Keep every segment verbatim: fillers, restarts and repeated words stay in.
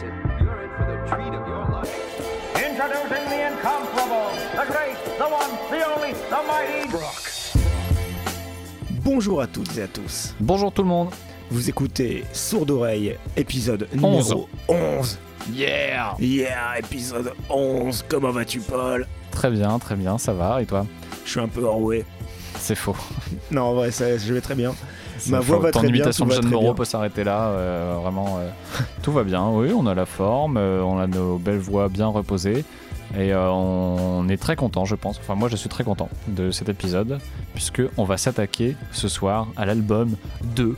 it, you're in for the treat of your life. Introducing the incomparable, the great, the one, the only, the mighty Brock. Bonjour à toutes et à tous. Bonjour tout le monde. Vous écoutez Sourd Oreille, épisode numéro onze. Yeah. Yeah, épisode onze. Comment vas-tu, Paul? Très bien, très bien, ça va, et toi? Je suis un peu enroué. C'est faux. Non, en vrai, ça, je vais très bien. C'est Ma voix faux. va Ton très bien. imitation tout de va Jeanne très Moreau bien. peut s'arrêter là, euh, vraiment, euh, tout va bien. Oui, on a la forme, euh, on a nos belles voix bien reposées, et euh, on est très content, je pense. Enfin, moi, je suis très content de cet épisode, puisque on va s'attaquer ce soir à l'album de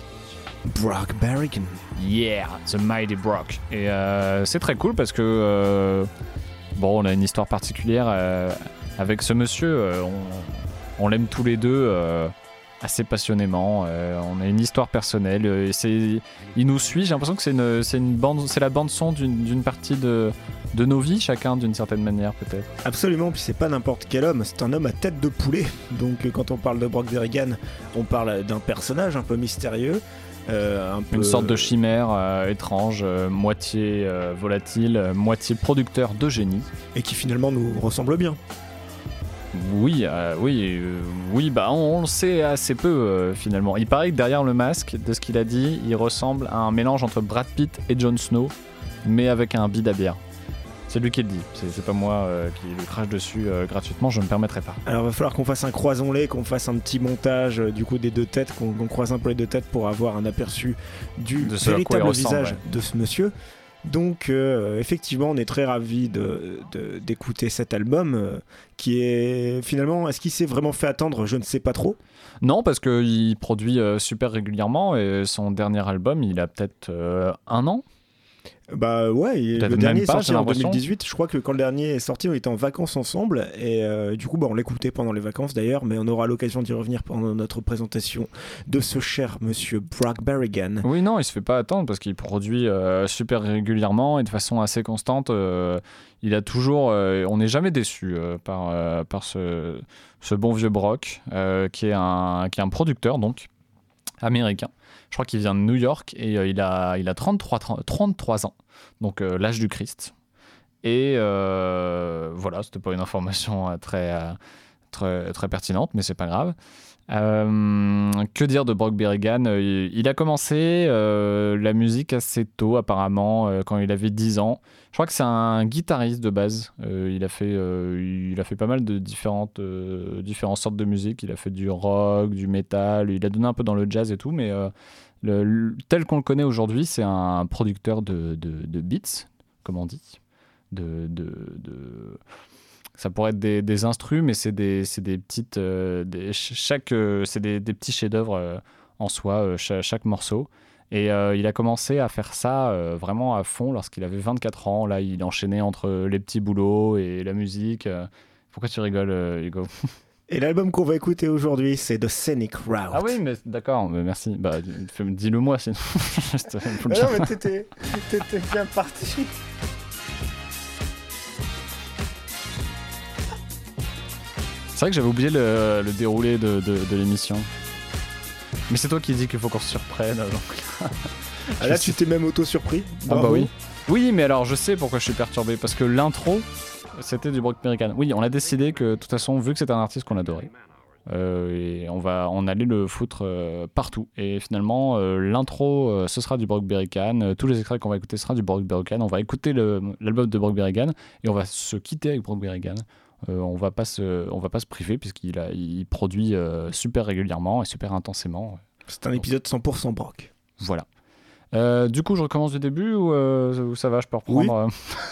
Brock Berrigan. Yeah, The Mighty Brock. Et euh, c'est très cool parce que euh, bon, on a une histoire particulière euh, avec ce monsieur. Euh, on, on l'aime tous les deux euh, assez passionnément. Euh, on a une histoire personnelle. Euh, et c'est, il nous suit. J'ai l'impression que c'est une, c'est une bande, c'est la bande son d'une, d'une partie de, de nos vies, chacun d'une certaine manière peut-être. Absolument, puis c'est pas n'importe quel homme, c'est un homme à tête de poulet. Donc euh, quand on parle de Brock Berrigan, on parle d'un personnage un peu mystérieux. Euh, un peu... Une sorte de chimère euh, étrange, euh, moitié euh, volatile, euh, moitié producteur de génie. Et qui finalement nous ressemble bien. Oui, euh, oui, euh, oui, bah on, on le sait assez peu euh, finalement. Il paraît que derrière le masque, de ce qu'il a dit, il ressemble à un mélange entre Brad Pitt et Jon Snow, mais avec un bide à bière. C'est lui qui le dit, c'est, c'est pas moi euh, qui le crache dessus euh, gratuitement, je ne me permettrai pas. Alors il va falloir qu'on fasse un croisons-les, qu'on fasse un petit montage euh, du coup des deux têtes, qu'on, qu'on croise un peu les deux têtes pour avoir un aperçu du De ce à quoi il véritable ressemble, visage ouais. de ce monsieur. Donc euh, effectivement on est très ravis de, de, d'écouter cet album euh, qui est finalement, est-ce qu'il s'est vraiment fait attendre? Je ne sais pas trop. Non, parce qu'il produit euh, super régulièrement et son dernier album, il a peut-être euh, un an. Bah ouais, et Peut-être le dernier même est pas, sorti j'ai en l'impression. deux mille dix-huit. Je crois que quand le dernier est sorti, on était en vacances ensemble. Et euh, du coup, bah, on l'écoutait pendant les vacances d'ailleurs. Mais on aura l'occasion d'y revenir pendant notre présentation de ce cher monsieur Brock Berrigan. Oui, non, il se fait pas attendre parce qu'il produit euh, super régulièrement et de façon assez constante. Euh, il a toujours, euh, on n'est jamais déçu euh, par euh, par ce ce bon vieux Brock euh, qui est un qui est un producteur donc américain. Je crois qu'il vient de New York et euh, il a il a trente-trois, trente-trois ans, donc euh, l'âge du Christ. Et euh, voilà, c'était pas une information euh, très euh, très très pertinente, mais c'est pas grave. Euh, que dire de Brock Berrigan? Il, il a commencé euh, la musique assez tôt apparemment, euh, quand il avait dix ans. Je crois que c'est un guitariste de base. Euh, il, a fait, euh, il a fait pas mal de différentes, euh, différentes sortes de musique. Il a fait du rock, du métal, il a donné un peu dans le jazz et tout, mais euh, le, le- tel qu'on le connaît aujourd'hui, c'est un producteur de, de, de beats, comme on dit. De... de, de... Ça pourrait être des, des instrus, mais c'est des, c'est des petites, euh, des, chaque, euh, c'est des, des petits chefs-d'œuvre euh, en soi, euh, cha- chaque morceau. Et euh, il a commencé à faire ça euh, vraiment à fond lorsqu'il avait vingt-quatre ans. Là, il enchaînait entre les petits boulots et la musique. Euh, Pourquoi tu rigoles, euh, Hugo? Et l'album qu'on va écouter aujourd'hui, c'est The Scenic Route. Ah oui, mais d'accord, mais merci. Bah, fais- dis-le moi, sinon. Je te- faut le Ah non, dire. mais t'étais, t'étais bien parti. C'est vrai que j'avais oublié le, le déroulé de, de, de l'émission. Mais c'est toi qui dis qu'il faut qu'on se surprenne. Donc... Ah, là, tu t'es même auto-surpris. Ah Bravo. bah oui. Oui, mais alors je sais pourquoi je suis perturbé. Parce que l'intro, c'était du Brock Berrigan. Oui, on a décidé que, de toute façon, vu que c'est un artiste qu'on adorait, euh, et on, va, on allait le foutre euh, partout. Et finalement, euh, l'intro, euh, ce sera du Brock Berrigan. Euh, tous les extraits qu'on va écouter, ce sera du Brock Berrigan. On va écouter le, l'album de Brock Berrigan et on va se quitter avec Brock Berrigan. Euh, on va pas se, on va pas se priver puisqu'il a, il produit euh, super régulièrement et super intensément. C'est un épisode cent pour cent Brock. Voilà. Euh, du coup, je recommence du début ou, euh, ou ça va, je peux reprendre Oui. euh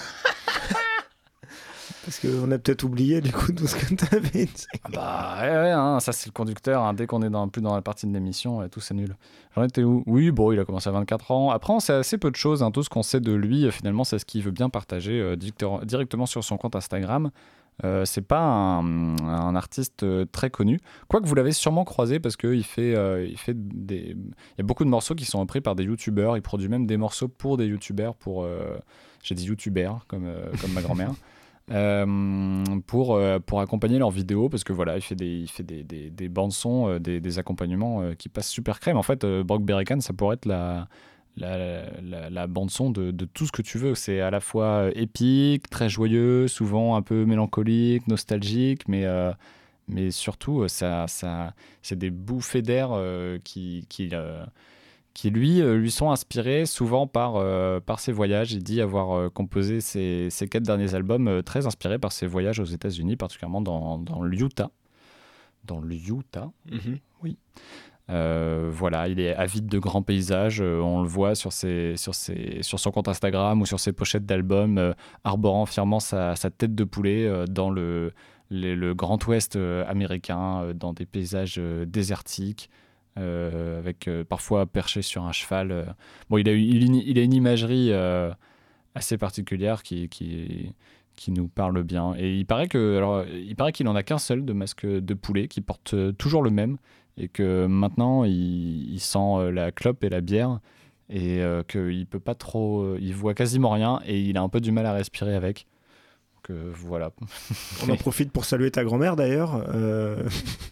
Parce qu'on a peut-être oublié du coup tout ce que t'avais dit. Ah bah ouais, ouais, hein, ça c'est le conducteur, hein. Dès qu'on est dans, plus dans la partie de l'émission, euh, tout c'est nul. J'en étais où? Oui, bon, il a commencé à vingt-quatre ans. Après, on sait assez peu de choses, hein. Tout ce qu'on sait de lui, euh, finalement, c'est ce qu'il veut bien partager euh, directeur- directement sur son compte Instagram. Euh, c'est pas un, un artiste euh, très connu, quoique vous l'avez sûrement croisé parce qu'il fait, euh, il fait des... Il y a beaucoup de morceaux qui sont repris par des youtubeurs, il produit même des morceaux pour des youtubeurs, pour... Euh... J'ai dit youtubeurs, comme, euh, comme ma grand-mère. Euh, pour, euh, pour accompagner leurs vidéos parce que voilà il fait des, il fait des, des, des bandes son, euh, des, des accompagnements euh, qui passent super crème. En fait, euh, Brock Berrigan, ça pourrait être la, la, la, la bande-son de, de tout ce que tu veux. C'est à la fois épique, très joyeux, souvent un peu mélancolique, nostalgique, mais, euh, mais surtout, ça, ça, c'est des bouffées d'air euh, qui, qui, euh, qui lui, euh, lui sont inspirées souvent par, euh, par ses voyages. Il dit avoir euh, composé ses, ses quatre derniers albums euh, très inspirés par ses voyages aux États-Unis, particulièrement dans, dans l'Utah. Dans l'Utah, Mm-hmm. oui. Euh, voilà, il est avide de grands paysages. Euh, on le voit sur, ses, sur, ses, sur son compte Instagram ou sur ses pochettes d'albums, euh, arborant fièrement sa, sa tête de poulet euh, dans le, les, le Grand Ouest euh, américain, euh, dans des paysages euh, désertiques, euh, avec euh, parfois perché sur un cheval. Euh. Bon, il a, il, il a une imagerie euh, assez particulière qui, qui, qui nous parle bien. Et il paraît que, alors, il paraît qu'il en a qu'un seul de masque de poulet, qui porte euh, toujours le même. Et que maintenant, il, il sent la clope et la bière et euh, qu'il peut pas trop... Euh, il voit quasiment rien et il a un peu du mal à respirer avec. Donc euh, voilà. On en profite pour saluer ta grand-mère d'ailleurs. Euh...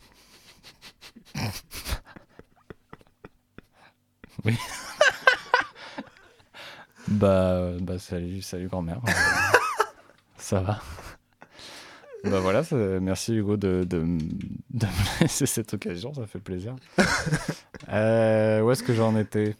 Oui. bah, bah salut, salut grand-mère. Ça va. Bah voilà, ça, merci Hugo de, de, de me laisser cette occasion, ça fait plaisir. euh, où est-ce que j'en étais?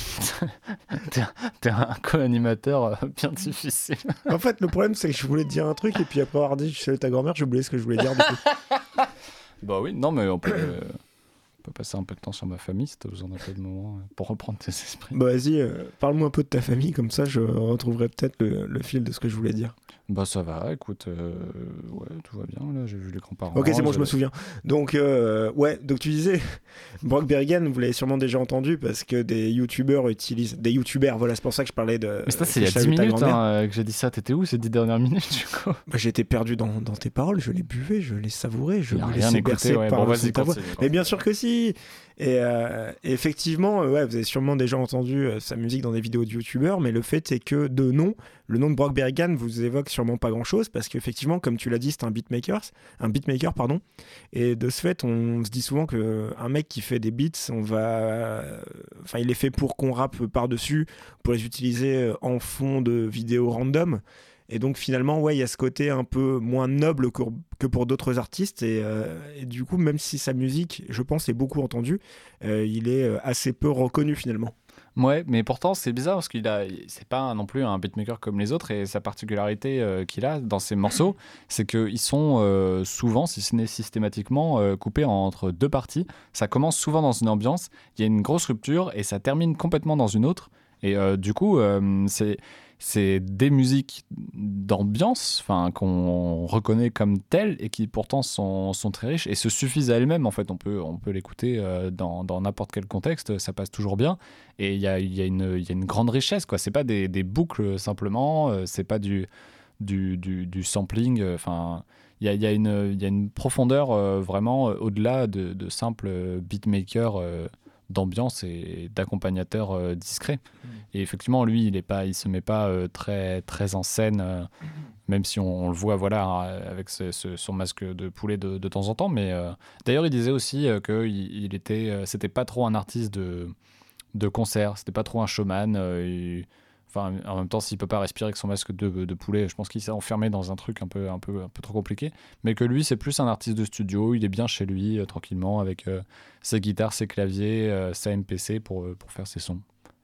T'es un, t'es un co-animateur bien difficile. En fait, le problème, c'est que je voulais te dire un truc et puis après avoir dit je salue ta grand-mère, j'ai oublié ce que je voulais dire. Du coup. Bah oui, non mais on peut, euh, on peut passer un peu de temps sur ma famille si t'as besoin d'un peu de moments euh, pour reprendre tes esprits. Bah vas-y, euh, parle-moi un peu de ta famille, comme ça je retrouverai peut-être le, le fil de ce que je voulais dire. Bah ça va, écoute, euh, ouais, tout va bien, là, j'ai vu les grands-parents. Ok, c'est bon, j'ai... je me souviens. Donc, euh, ouais, donc tu disais, Brock Berrigan, vous l'avez sûrement déjà entendu, parce que des youtubeurs utilisent, des youtubeurs, voilà, c'est pour ça que je parlais de... Mais ça, c'est il y a dix minutes hein, que j'ai dit ça, t'étais où ces dix dernières minutes, du coup? Bah, j'étais perdu dans, dans tes paroles, je les buvais, je les savourais, je il me rien laissais écouté, bercer ouais. par Bon, vas-y, ta voix. continue, Mais bien sûr que si. Et euh, effectivement, euh, ouais, vous avez sûrement déjà entendu euh, sa musique dans des vidéos de youtubeurs, mais le fait est que de nom, le nom de Brock Berrigan vous évoque sûrement pas grand-chose, parce qu'effectivement, comme tu l'as dit, c'est un beatmaker, un beatmaker, pardon. Et de ce fait, on se dit souvent qu'un mec qui fait des beats, on va, enfin, il est fait pour qu'on rappe par-dessus, pour les utiliser en fond de vidéos random. Et donc finalement, ouais, il y a ce côté un peu moins noble que, que pour d'autres artistes. Et, euh, et du coup, même si sa musique, je pense, est beaucoup entendue, euh, il est assez peu reconnu finalement. Ouais, mais pourtant c'est bizarre parce qu'il a, c'est pas non plus un beatmaker comme les autres et sa particularité euh, qu'il a dans ses morceaux, c'est qu'ils sont euh, souvent, si ce n'est systématiquement, euh, coupés entre deux parties. Ça commence souvent dans une ambiance, il y a une grosse rupture et ça termine complètement dans une autre. Et euh, du coup, euh, c'est c'est des musiques d'ambiance, enfin qu'on reconnaît comme telles et qui pourtant sont, sont très riches et se suffisent à elles-mêmes. En fait, on peut, on peut l'écouter euh, dans, dans n'importe quel contexte, ça passe toujours bien. Et il y a, y a une, y a une grande richesse, quoi. C'est pas des, des boucles simplement, euh, c'est pas du, du, du, du sampling. Enfin, il y a, y a une, y a une profondeur euh, vraiment euh, au-delà de, de simples beatmakers. Euh, d'ambiance et d'accompagnateur euh, discret. Mmh. Et effectivement, lui, il est pas, il se met pas euh, très, très en scène, euh, mmh. même si on, on le voit voilà, avec ce, ce, son masque de poulet de, de temps en temps. Mais euh, d'ailleurs, il disait aussi euh, que il, il était, euh, c'était pas trop un artiste de, de concert, c'était pas trop un showman. Euh, il, Enfin, en même temps, s'il peut pas respirer avec son masque de, de poulet, je pense qu'il s'est enfermé dans un truc un peu, un peu, un peu trop compliqué. Mais que lui, c'est plus un artiste de studio. Il est bien chez lui, euh, tranquillement, avec euh, ses guitares, ses claviers, euh, sa M P C pour, euh, pour faire ses sons.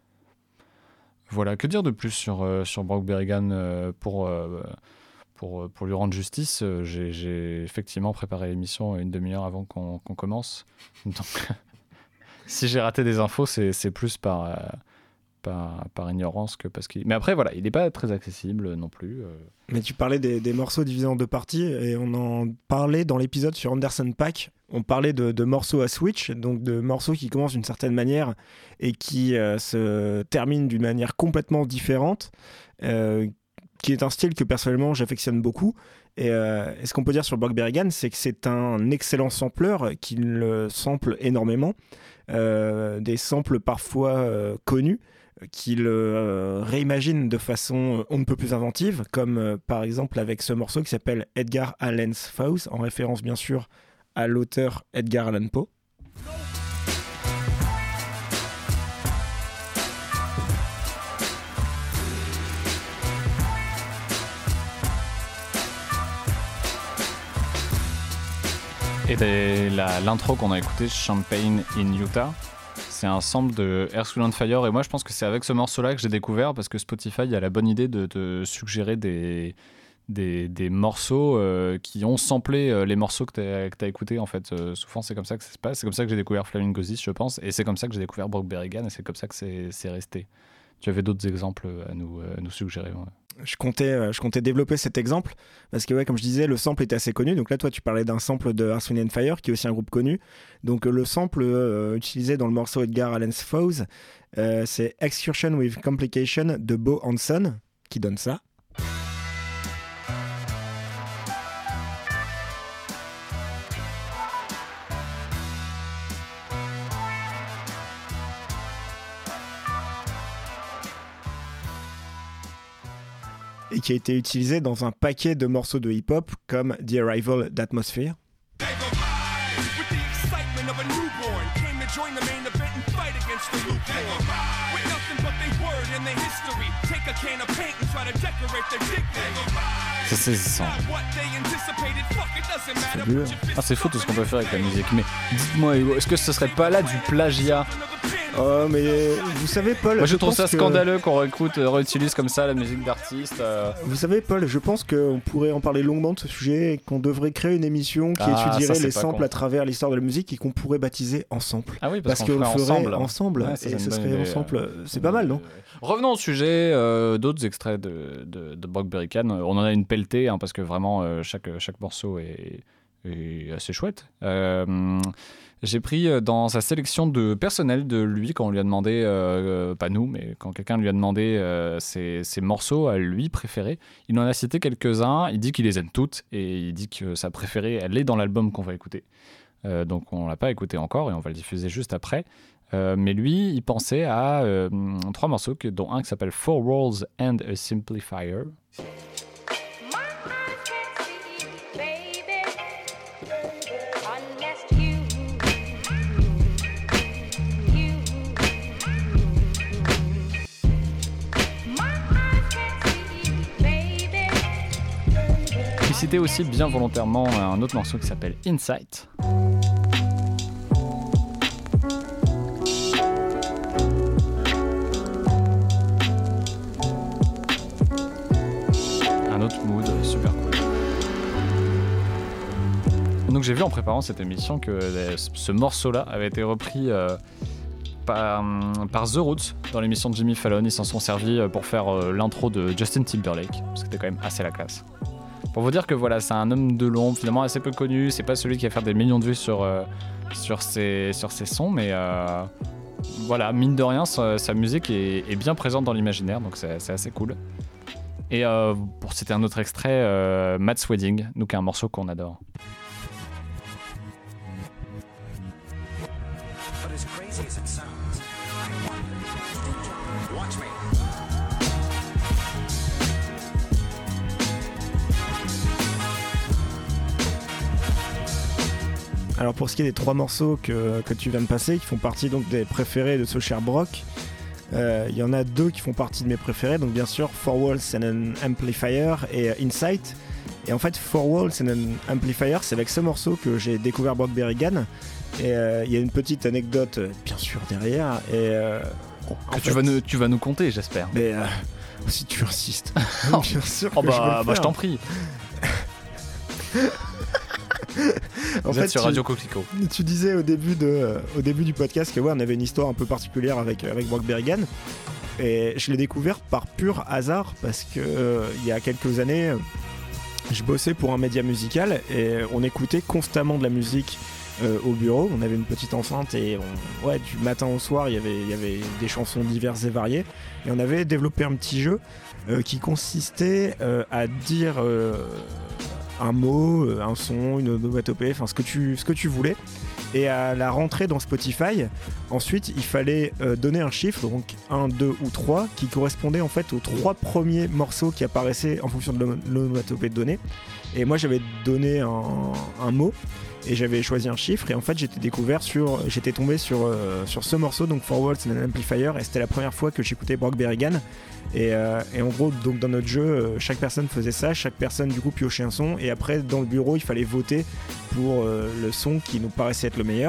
Voilà. Que dire de plus sur, euh, sur Brock Berrigan euh, pour, euh, pour, pour lui rendre justice? euh, j'ai, j'ai effectivement préparé l'émission une demi-heure avant qu'on, qu'on commence. Donc, si j'ai raté des infos, c'est, c'est plus par... Euh, Par, par ignorance que parce qu'il... Mais après, voilà, il n'est pas très accessible non plus. Euh... Mais tu parlais des, des morceaux divisés en deux parties et on en parlait dans l'épisode sur Anderson .Paak. On parlait de, de morceaux à switch, donc de morceaux qui commencent d'une certaine manière et qui euh, se terminent d'une manière complètement différente, euh, qui est un style que personnellement j'affectionne beaucoup. Et, euh, et ce qu'on peut dire sur Brock Berrigan, c'est que c'est un excellent sampleur qui le sample énormément, euh, des samples parfois euh, connus, qu'il euh, réimagine de façon on ne peut plus inventive, comme euh, par exemple avec ce morceau qui s'appelle Edgar Allan's Faust, en référence bien sûr à l'auteur Edgar Allan Poe. Et des, la, l'intro qu'on a écouté, Champagne in Utah, c'est un sample de Earth, Wind and Fire. Et moi, je pense que c'est avec ce morceau-là que j'ai découvert, parce que Spotify a la bonne idée de te suggérer des, des, des morceaux euh, qui ont samplé euh, les morceaux que tu as écoutés. En fait, euh, souvent, c'est comme ça que ça se passe. C'est comme ça que j'ai découvert Flamingosis, je pense. Et c'est comme ça que j'ai découvert Brock Berrigan. Et c'est comme ça que c'est, c'est resté. Tu avais d'autres exemples à nous, à nous suggérer? Ouais. Je comptais, je comptais développer cet exemple parce que, ouais, comme je disais, le sample était assez connu. Donc là, toi, tu parlais d'un sample de Earth, Wind and Fire, qui est aussi un groupe connu. Donc le sample euh, utilisé dans le morceau Edgar Allan's Foes, euh, c'est Excursion with Complication de Bo Hanson, qui donne ça. Et qui a été utilisé dans un paquet de morceaux de hip-hop comme The Arrival d'Atmosphere. C'est saisissant. Ah, c'est fou tout ce qu'on peut faire avec la musique. Mais dites-moi, est-ce que ce serait pas là du plagiat? Oh, mais vous savez, Paul. Moi, je, je trouve ça que... scandaleux qu'on réécoute, réutilise comme ça la musique d'artistes. Euh... Vous savez, Paul, je pense qu'on pourrait en parler longuement de ce sujet et qu'on devrait créer une émission qui ah, étudierait ça, les samples con. à travers l'histoire de la musique et qu'on pourrait baptiser Ensemble. Ah oui, parce, parce qu'on, qu'on le ferait ensemble. ensemble. Ouais, et ce serait Ensemble. Euh, c'est pas mal, non? Revenons au sujet. Euh, d'autres extraits de, de, de Brock Berrican. On en a une pelletée hein, parce que vraiment, euh, chaque, chaque morceau est, est assez chouette. Euh, J'ai pris dans sa sélection de personnel de lui, quand on lui a demandé, euh, pas nous, mais quand quelqu'un lui a demandé euh, ses, ses morceaux à lui préférés, il en a cité quelques-uns, il dit qu'il les aime toutes, et il dit que sa préférée, elle est dans l'album qu'on va écouter. Euh, donc on ne l'a pas écouté encore, et on va le diffuser juste après. Euh, mais lui, il pensait à euh, trois morceaux, dont un qui s'appelle Four Walls and a Simplifier. Cité aussi bien volontairement un autre morceau qui s'appelle Insight. Un autre mood super cool. Donc j'ai vu en préparant cette émission que ce morceau-là avait été repris euh, par, par The Roots dans l'émission de Jimmy Fallon. Ils s'en sont servis pour faire euh, l'intro de Justin Timberlake. C'était quand même assez la classe. Pour vous dire que voilà, c'est un homme de l'ombre, finalement assez peu connu. C'est pas celui qui va faire des millions de vues sur, euh, sur, ses, sur ses sons, mais euh, voilà, mine de rien, sa, sa musique est, est bien présente dans l'imaginaire, donc c'est, c'est assez cool. Et euh, pour citer un autre extrait, euh, Matt's Wedding, donc un morceau qu'on adore. Alors pour ce qui est des trois morceaux que, que tu viens de passer, qui font partie donc des préférés de ce cher Brock, il euh, y en a deux qui font partie de mes préférés, donc bien sûr Four Walls and an Amplifier et uh, Insight. Et en fait Four Walls and an Amplifier, c'est avec ce morceau que j'ai découvert Brock Berrigan. Et il euh, y a une petite anecdote bien sûr derrière. Et euh, que tu, fait, vas nous, tu vas nous conter, j'espère. Mais euh, si tu insistes, oh, bien sûr que oh bah, je vais le faire. Bah je t'en prie. En Vous fait, êtes sur tu, Radio Coquelicot. Tu disais au début, de, euh, au début du podcast que ouais, on avait une histoire un peu particulière avec, avec Brock Berrigan. Et je l'ai découvert par pur hasard parce que euh, il y a quelques années, je bossais pour un média musical et on écoutait constamment de la musique euh, au bureau. On avait une petite enceinte et on, ouais, du matin au soir, y avait, y avait des chansons diverses et variées. Et on avait développé un petit jeu euh, qui consistait euh, à dire... Euh, un mot, un son, une onomatopée, enfin ce que tu ce que tu voulais, et à la rentrée dans Spotify, ensuite il fallait euh, donner un chiffre, donc un, deux ou trois, qui correspondait en fait aux trois premiers morceaux qui apparaissaient en fonction de l'onomatopée donnée. Et moi j'avais donné un, un mot, et j'avais choisi un chiffre et en fait j'étais découvert sur, j'étais tombé sur, euh, sur ce morceau, donc Four Walls and an Amplifier, et c'était la première fois que j'écoutais Brock Berrigan. Et, euh, et en gros, donc dans notre jeu, euh, chaque personne faisait ça, chaque personne du coup piochait un son, et après dans le bureau, il fallait voter pour euh, le son qui nous paraissait être le meilleur.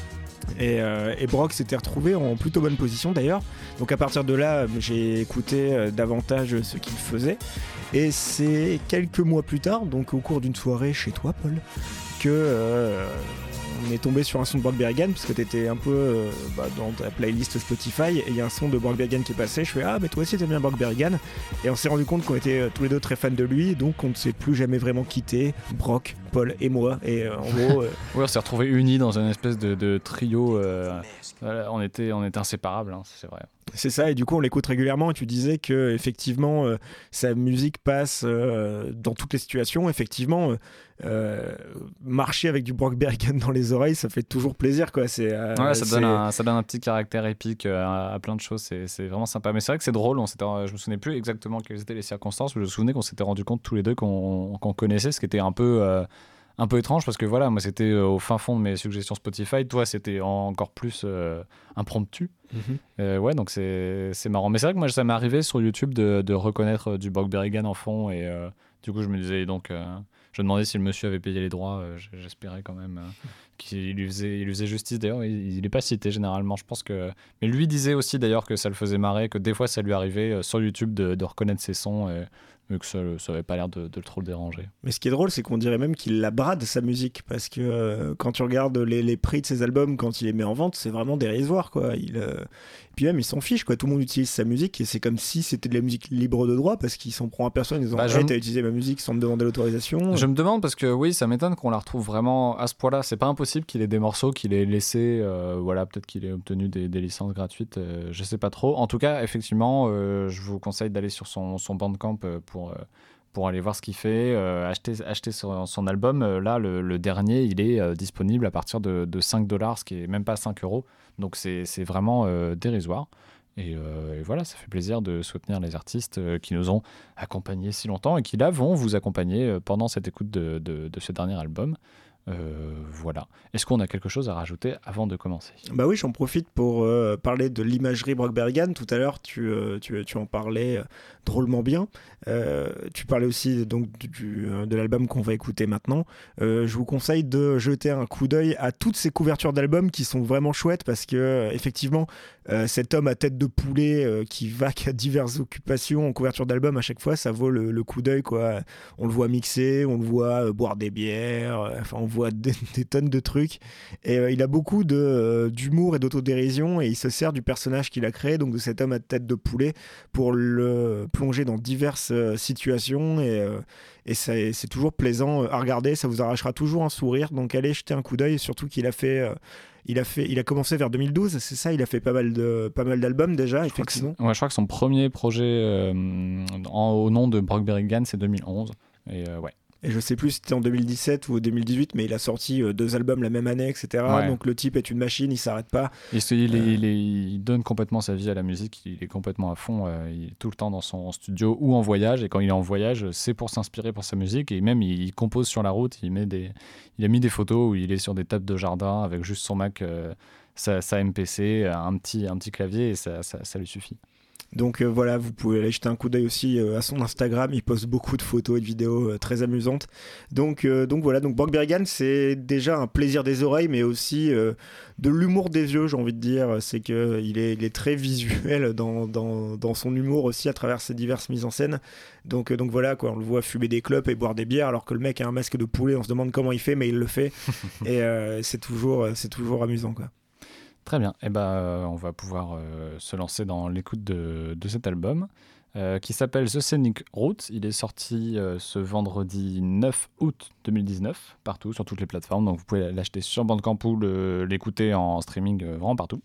Et, euh, et Brock s'était retrouvé en plutôt bonne position d'ailleurs. Donc à partir de là, j'ai écouté euh, davantage ce qu'il faisait. Et c'est quelques mois plus tard, donc au cours d'une soirée chez toi, Paul, que euh, on est tombé sur un son de Brock Berrigan, parce que t'étais un peu euh, bah, dans ta playlist Spotify, et il y a un son de Brock Berrigan qui est passé. Je fais ah mais toi aussi t'aimes bien Brock Berrigan, et on s'est rendu compte qu'on était euh, tous les deux très fans de lui, donc on ne s'est plus jamais vraiment quitté, Brock, Paul et moi. Et euh, en gros, euh, ouais, on s'est retrouvés unis dans une espèce de, de trio. Euh, voilà, on était, on était inséparables, hein, c'est vrai. C'est ça, et du coup on l'écoute régulièrement, et tu disais que effectivement euh, sa musique passe euh, dans toutes les situations. Effectivement, euh, euh, marcher avec du Brock Berrigan dans les oreilles, ça fait toujours plaisir, quoi. C'est, euh, ouais, ça c'est... donne, un, ça donne un petit caractère épique euh, à, à plein de choses, c'est, c'est vraiment sympa. Mais c'est vrai que c'est drôle, on s'était, je me souvenais plus exactement quelles étaient les circonstances, mais je me souvenais qu'on s'était rendu compte tous les deux qu'on, qu'on connaissait, ce qui était un peu... Euh, un peu étrange, parce que voilà, moi c'était euh, au fin fond de mes suggestions Spotify, toi c'était encore plus euh, impromptu. Mm-hmm. Euh, ouais, donc c'est, c'est marrant. Mais c'est vrai que moi ça m'est arrivé sur YouTube de, de reconnaître du Brock Berrigan en fond, et euh, du coup je me disais donc, euh, je me demandais si le monsieur avait payé les droits, euh, j'espérais quand même euh, qu'il lui faisait, il lui faisait justice. D'ailleurs, il n'est pas cité généralement, je pense que. Mais lui disait aussi d'ailleurs que ça le faisait marrer, que des fois ça lui arrivait euh, sur YouTube de, de reconnaître ses sons, et mais que ça n'avait pas l'air de, de trop le déranger. Mais ce qui est drôle, c'est qu'on dirait même qu'il la brade, sa musique, parce que euh, quand tu regardes les, les prix de ses albums, quand il les met en vente, c'est vraiment dérisoire, quoi. Il, euh... Puis même, il s'en fiche, quoi. Tout le monde utilise sa musique, et c'est comme si c'était de la musique libre de droit, parce qu'il s'en prend à personne, en disant bah, hey, t'as utilisé ma musique sans me demander l'autorisation. Je me demande, parce que oui, ça m'étonne qu'on la retrouve vraiment à ce point-là. C'est pas impossible qu'il ait des morceaux qu'il ait laissés, euh, voilà, peut-être qu'il ait obtenu des, des licences gratuites, euh, je sais pas trop. En tout cas, effectivement, euh, je vous conseille d'aller sur son, son Bandcamp pour... Euh, pour aller voir ce qu'il fait, euh, acheter, acheter son, son album. Euh, là, le, le dernier, il est euh, disponible à partir de, de cinq dollars, ce qui est même pas cinq euros. Donc, c'est, c'est vraiment euh, dérisoire. Et, euh, et voilà, ça fait plaisir de soutenir les artistes euh, qui nous ont accompagnés si longtemps et qui, là, vont vous accompagner euh, pendant cette écoute de, de, de ce dernier album. Euh, voilà. Est-ce qu'on a quelque chose à rajouter avant de commencer ? Bah oui, j'en profite pour euh, parler de l'imagerie Brock Berrigan. Tout à l'heure, tu, euh, tu, tu en parlais euh, drôlement bien. Euh, tu parlais aussi donc du, de l'album qu'on va écouter maintenant. Euh, je vous conseille de jeter un coup d'œil à toutes ces couvertures d'albums qui sont vraiment chouettes, parce que euh, effectivement, euh, cet homme à tête de poulet euh, qui vaque à diverses occupations en couverture d'album, à chaque fois, ça vaut le, le coup d'œil, quoi. On le voit mixer, on le voit euh, boire des bières, euh, enfin on voit des, des tonnes de trucs, et euh, il a beaucoup de, euh, d'humour et d'autodérision, et il se sert du personnage qu'il a créé, donc de cet homme à tête de poulet, pour le plonger dans diverses euh, situations, et, euh, et ça, c'est toujours plaisant à regarder, ça vous arrachera toujours un sourire, donc allez jeter un coup d'œil, surtout qu'il a fait... Euh, Il a, fait, il a commencé vers deux mille douze, c'est ça, il a fait pas mal, de, pas mal d'albums déjà, je effectivement. Crois que ouais, je crois que son premier projet euh, en, au nom de Brock Berrigan, c'est deux mille onze. Et euh, ouais. Et je sais plus si c'était en deux mille dix-sept ou deux mille dix-huit, mais il a sorti euh, deux albums la même année, et cetera. Ouais. Donc le type est une machine, il s'arrête pas. Il, il, euh... il, il, il donne complètement sa vie à la musique, il est complètement à fond, euh, il est tout le temps dans son studio ou en voyage, et quand il est en voyage, c'est pour s'inspirer pour sa musique, et même il, il compose sur la route, il, met des, il a mis des photos où il est sur des tables de jardin avec juste son Mac, euh, sa, sa M P C, un petit, un petit clavier, et ça, ça, ça lui suffit. Donc euh, voilà, vous pouvez aller jeter un coup d'œil aussi euh, à son Instagram, il poste beaucoup de photos et de vidéos euh, très amusantes. Donc, euh, donc voilà, donc Brock Berrigan, c'est déjà un plaisir des oreilles, mais aussi euh, de l'humour des yeux, j'ai envie de dire. C'est qu'il est, il est très visuel dans, dans, dans son humour aussi, à travers ses diverses mises en scène. Donc, euh, donc voilà, quoi, on le voit fumer des clopes et boire des bières, alors que le mec a un masque de poulet, on se demande comment il fait, mais il le fait. Et euh, c'est, toujours, c'est toujours amusant, quoi. Très bien, et ben, euh, on va pouvoir euh, se lancer dans l'écoute de, de cet album euh, qui s'appelle The Scenic Route. Il est sorti euh, ce vendredi neuf août deux mille dix-neuf, partout, sur toutes les plateformes. Donc vous pouvez l'acheter sur Bandcamp ou le, l'écouter en streaming euh, vraiment partout.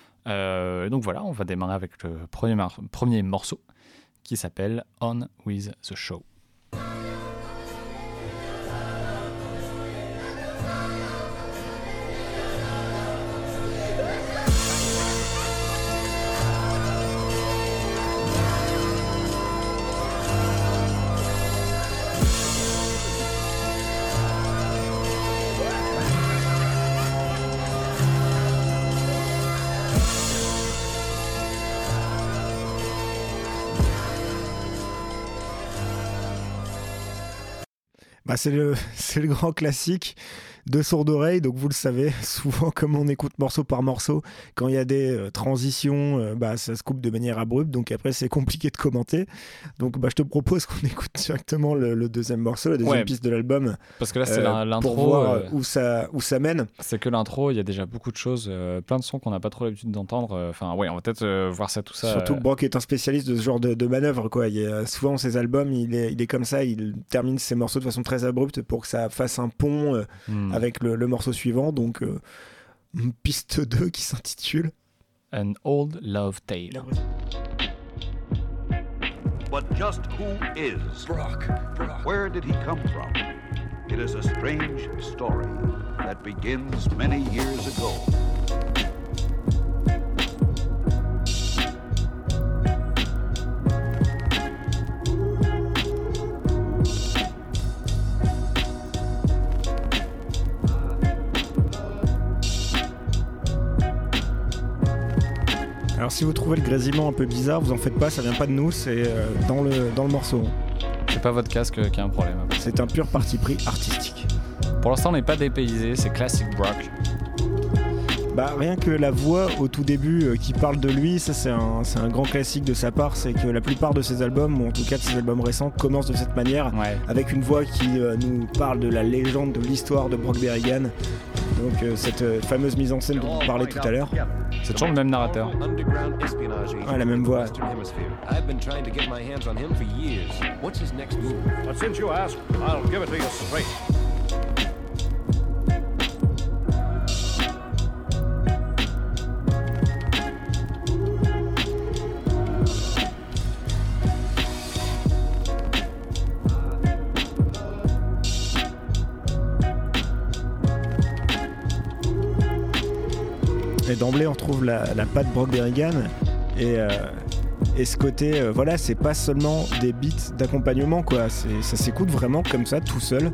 Euh, et donc voilà, on va démarrer avec le premier, mar- premier morceau qui s'appelle On With The Show. Bah, c'est le, c'est le grand classique de sourde oreille, donc vous le savez, souvent comme on écoute morceau par morceau, quand il y a des euh, transitions, euh, bah, ça se coupe de manière abrupte, donc après c'est compliqué de commenter. Donc bah, je te propose qu'on écoute directement le, le deuxième morceau, la deuxième Ouais. piste de l'album, Parce que là, c'est euh, la- l'intro. pour voir euh, euh, où, ça, où ça mène. C'est que l'intro, il y a déjà beaucoup de choses, euh, plein de sons qu'on n'a pas trop l'habitude d'entendre. euh, Enfin, ouais, on va peut-être euh, voir ça, tout ça. Surtout euh, que Brock est un spécialiste de ce genre de, de manœuvre, quoi. Il y a, souvent ses albums, il est, il est comme ça, il termine ses morceaux de façon très abrupte pour que ça fasse un pont euh, hmm. avec le, le morceau suivant. Donc euh, piste deux qui s'intitule An Old Love Tale. But just who is Brock? Brock? Where did he come from? It is a strange story that begins many years ago. Alors si vous trouvez le grésillement un peu bizarre, vous en faites pas, ça vient pas de nous, c'est euh, dans, le, dans le morceau. C'est pas votre casque qui a un problème. C'est un pur parti pris artistique. Pour l'instant, on n'est pas dépaysé, c'est classic Brock. Bah, rien que la voix au tout début euh, qui parle de lui, ça c'est un, c'est un grand classique de sa part, c'est que la plupart de ses albums, ou en tout cas de ses albums récents, commencent de cette manière, Ouais. avec une voix qui euh, nous parle de la légende, de l'histoire de Brock Berrigan. Donc euh, cette euh, fameuse mise en scène dont vous parlez tout à l'heure. C'est toujours le même narrateur. Underground espionage agent Ouais, la même in the voix. Western Hemisphere. I've been trying to get my hands on him for years. What's his next move? But since you ask, I'll give it to you straight. Et d'emblée, on retrouve la, la patte Brock Berrigan. Et, euh, et ce côté, euh, voilà, c'est pas seulement des beats d'accompagnement, quoi. C'est, ça s'écoute vraiment comme ça, tout seul.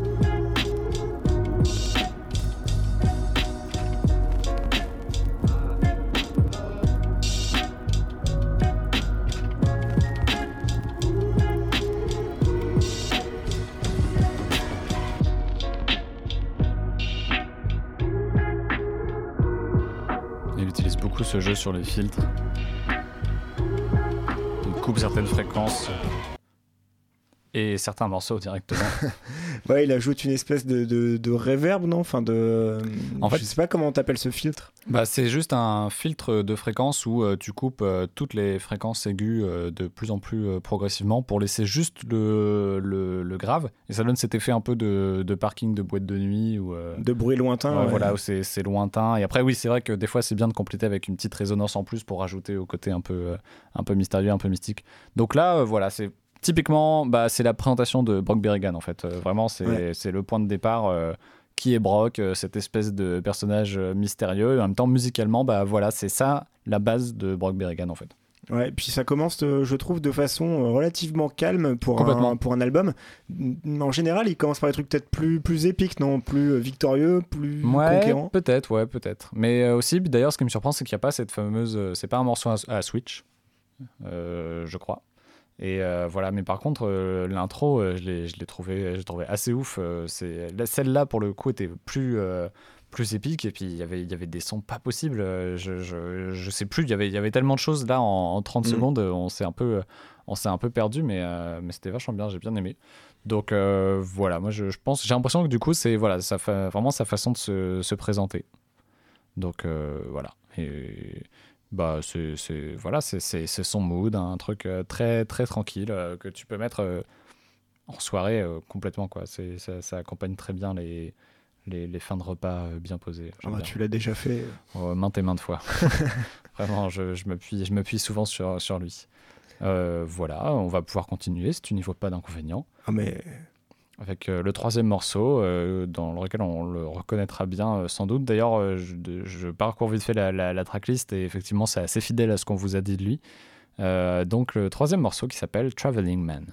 Il utilise beaucoup ce jeu sur les filtres. Il coupe certaines fréquences et certains morceaux directement. Ouais, il ajoute une espèce de, de, de reverb, non? Enfin, de. En je fait- sais pas comment t'appelles ce filtre. Bah, c'est juste un filtre de fréquence où euh, tu coupes euh, toutes les fréquences aiguës euh, de plus en plus euh, progressivement pour laisser juste le, le, le grave. Et ça donne cet effet un peu de, de parking de boîte de nuit. Où, euh, De bruit lointain. ouais, ouais. Voilà, où c'est, c'est lointain. Et après, oui, c'est vrai que des fois, c'est bien de compléter avec une petite résonance en plus pour rajouter au côté un peu, euh, un peu mystérieux, un peu mystique. Donc là, euh, voilà, c'est typiquement, bah, c'est la présentation de Brock Berrigan, en fait. Euh, vraiment, c'est, Ouais. c'est le point de départ. Euh, qui est Brock, euh, cette espèce de personnage euh, mystérieux. Et en même temps, musicalement, bah voilà, c'est ça la base de Brock Berrigan, en fait. Ouais, puis ça commence, euh, je trouve, de façon euh, relativement calme pour Complètement. un, pour un album. Mm, En général, il commence par des trucs peut-être plus, plus épiques, non? Plus euh, victorieux, plus Ouais, conquérants. peut-être, ouais, peut-être. Mais euh, aussi, d'ailleurs, ce qui me surprend, c'est qu'il n'y a pas cette fameuse... euh, c'est pas un morceau à, à Switch, euh, je crois. Et euh, voilà, mais par contre, euh, l'intro, euh, je l'ai, je l'ai trouvé, je l'ai trouvé assez ouf. euh, c'est, la- celle-là, pour le coup, était plus, euh, plus épique. Et puis, il y avait- il y avait des sons pas possibles. euh, Je, je, je sais plus, il y avait- il y avait tellement de choses là en, en trente Mhm. secondes. euh, On s'est un peu, on s'est un peu perdu, mais, euh, mais c'était vachement bien, j'ai bien aimé. Donc euh, voilà, moi je, je pense, j'ai l'impression que du coup, c'est voilà, ça fait vraiment sa façon de se, se présenter. Donc euh, voilà. Et bah c'est, c'est voilà, c'est, c'est, c'est son mood, un truc euh, très très tranquille euh, que tu peux mettre euh, en soirée euh, complètement quoi. C'est, ça, ça accompagne très bien les les, les fins de repas euh, bien posées. Ah J'aime bah, bien. tu l'as déjà fait. Euh, maintes et maintes fois. Vraiment, je, je me puis je me puis souvent sur sur lui. Euh, voilà, on va pouvoir continuer si tu n'y vois pas d'inconvénient. Ah, mais Avec euh, le troisième morceau, euh, dans lequel on le reconnaîtra bien euh, sans doute. D'ailleurs, euh, je, de- je parcours vite fait la, la, la tracklist et effectivement, c'est assez fidèle à ce qu'on vous a dit de lui. Euh, donc, le troisième morceau qui s'appelle Traveling Man.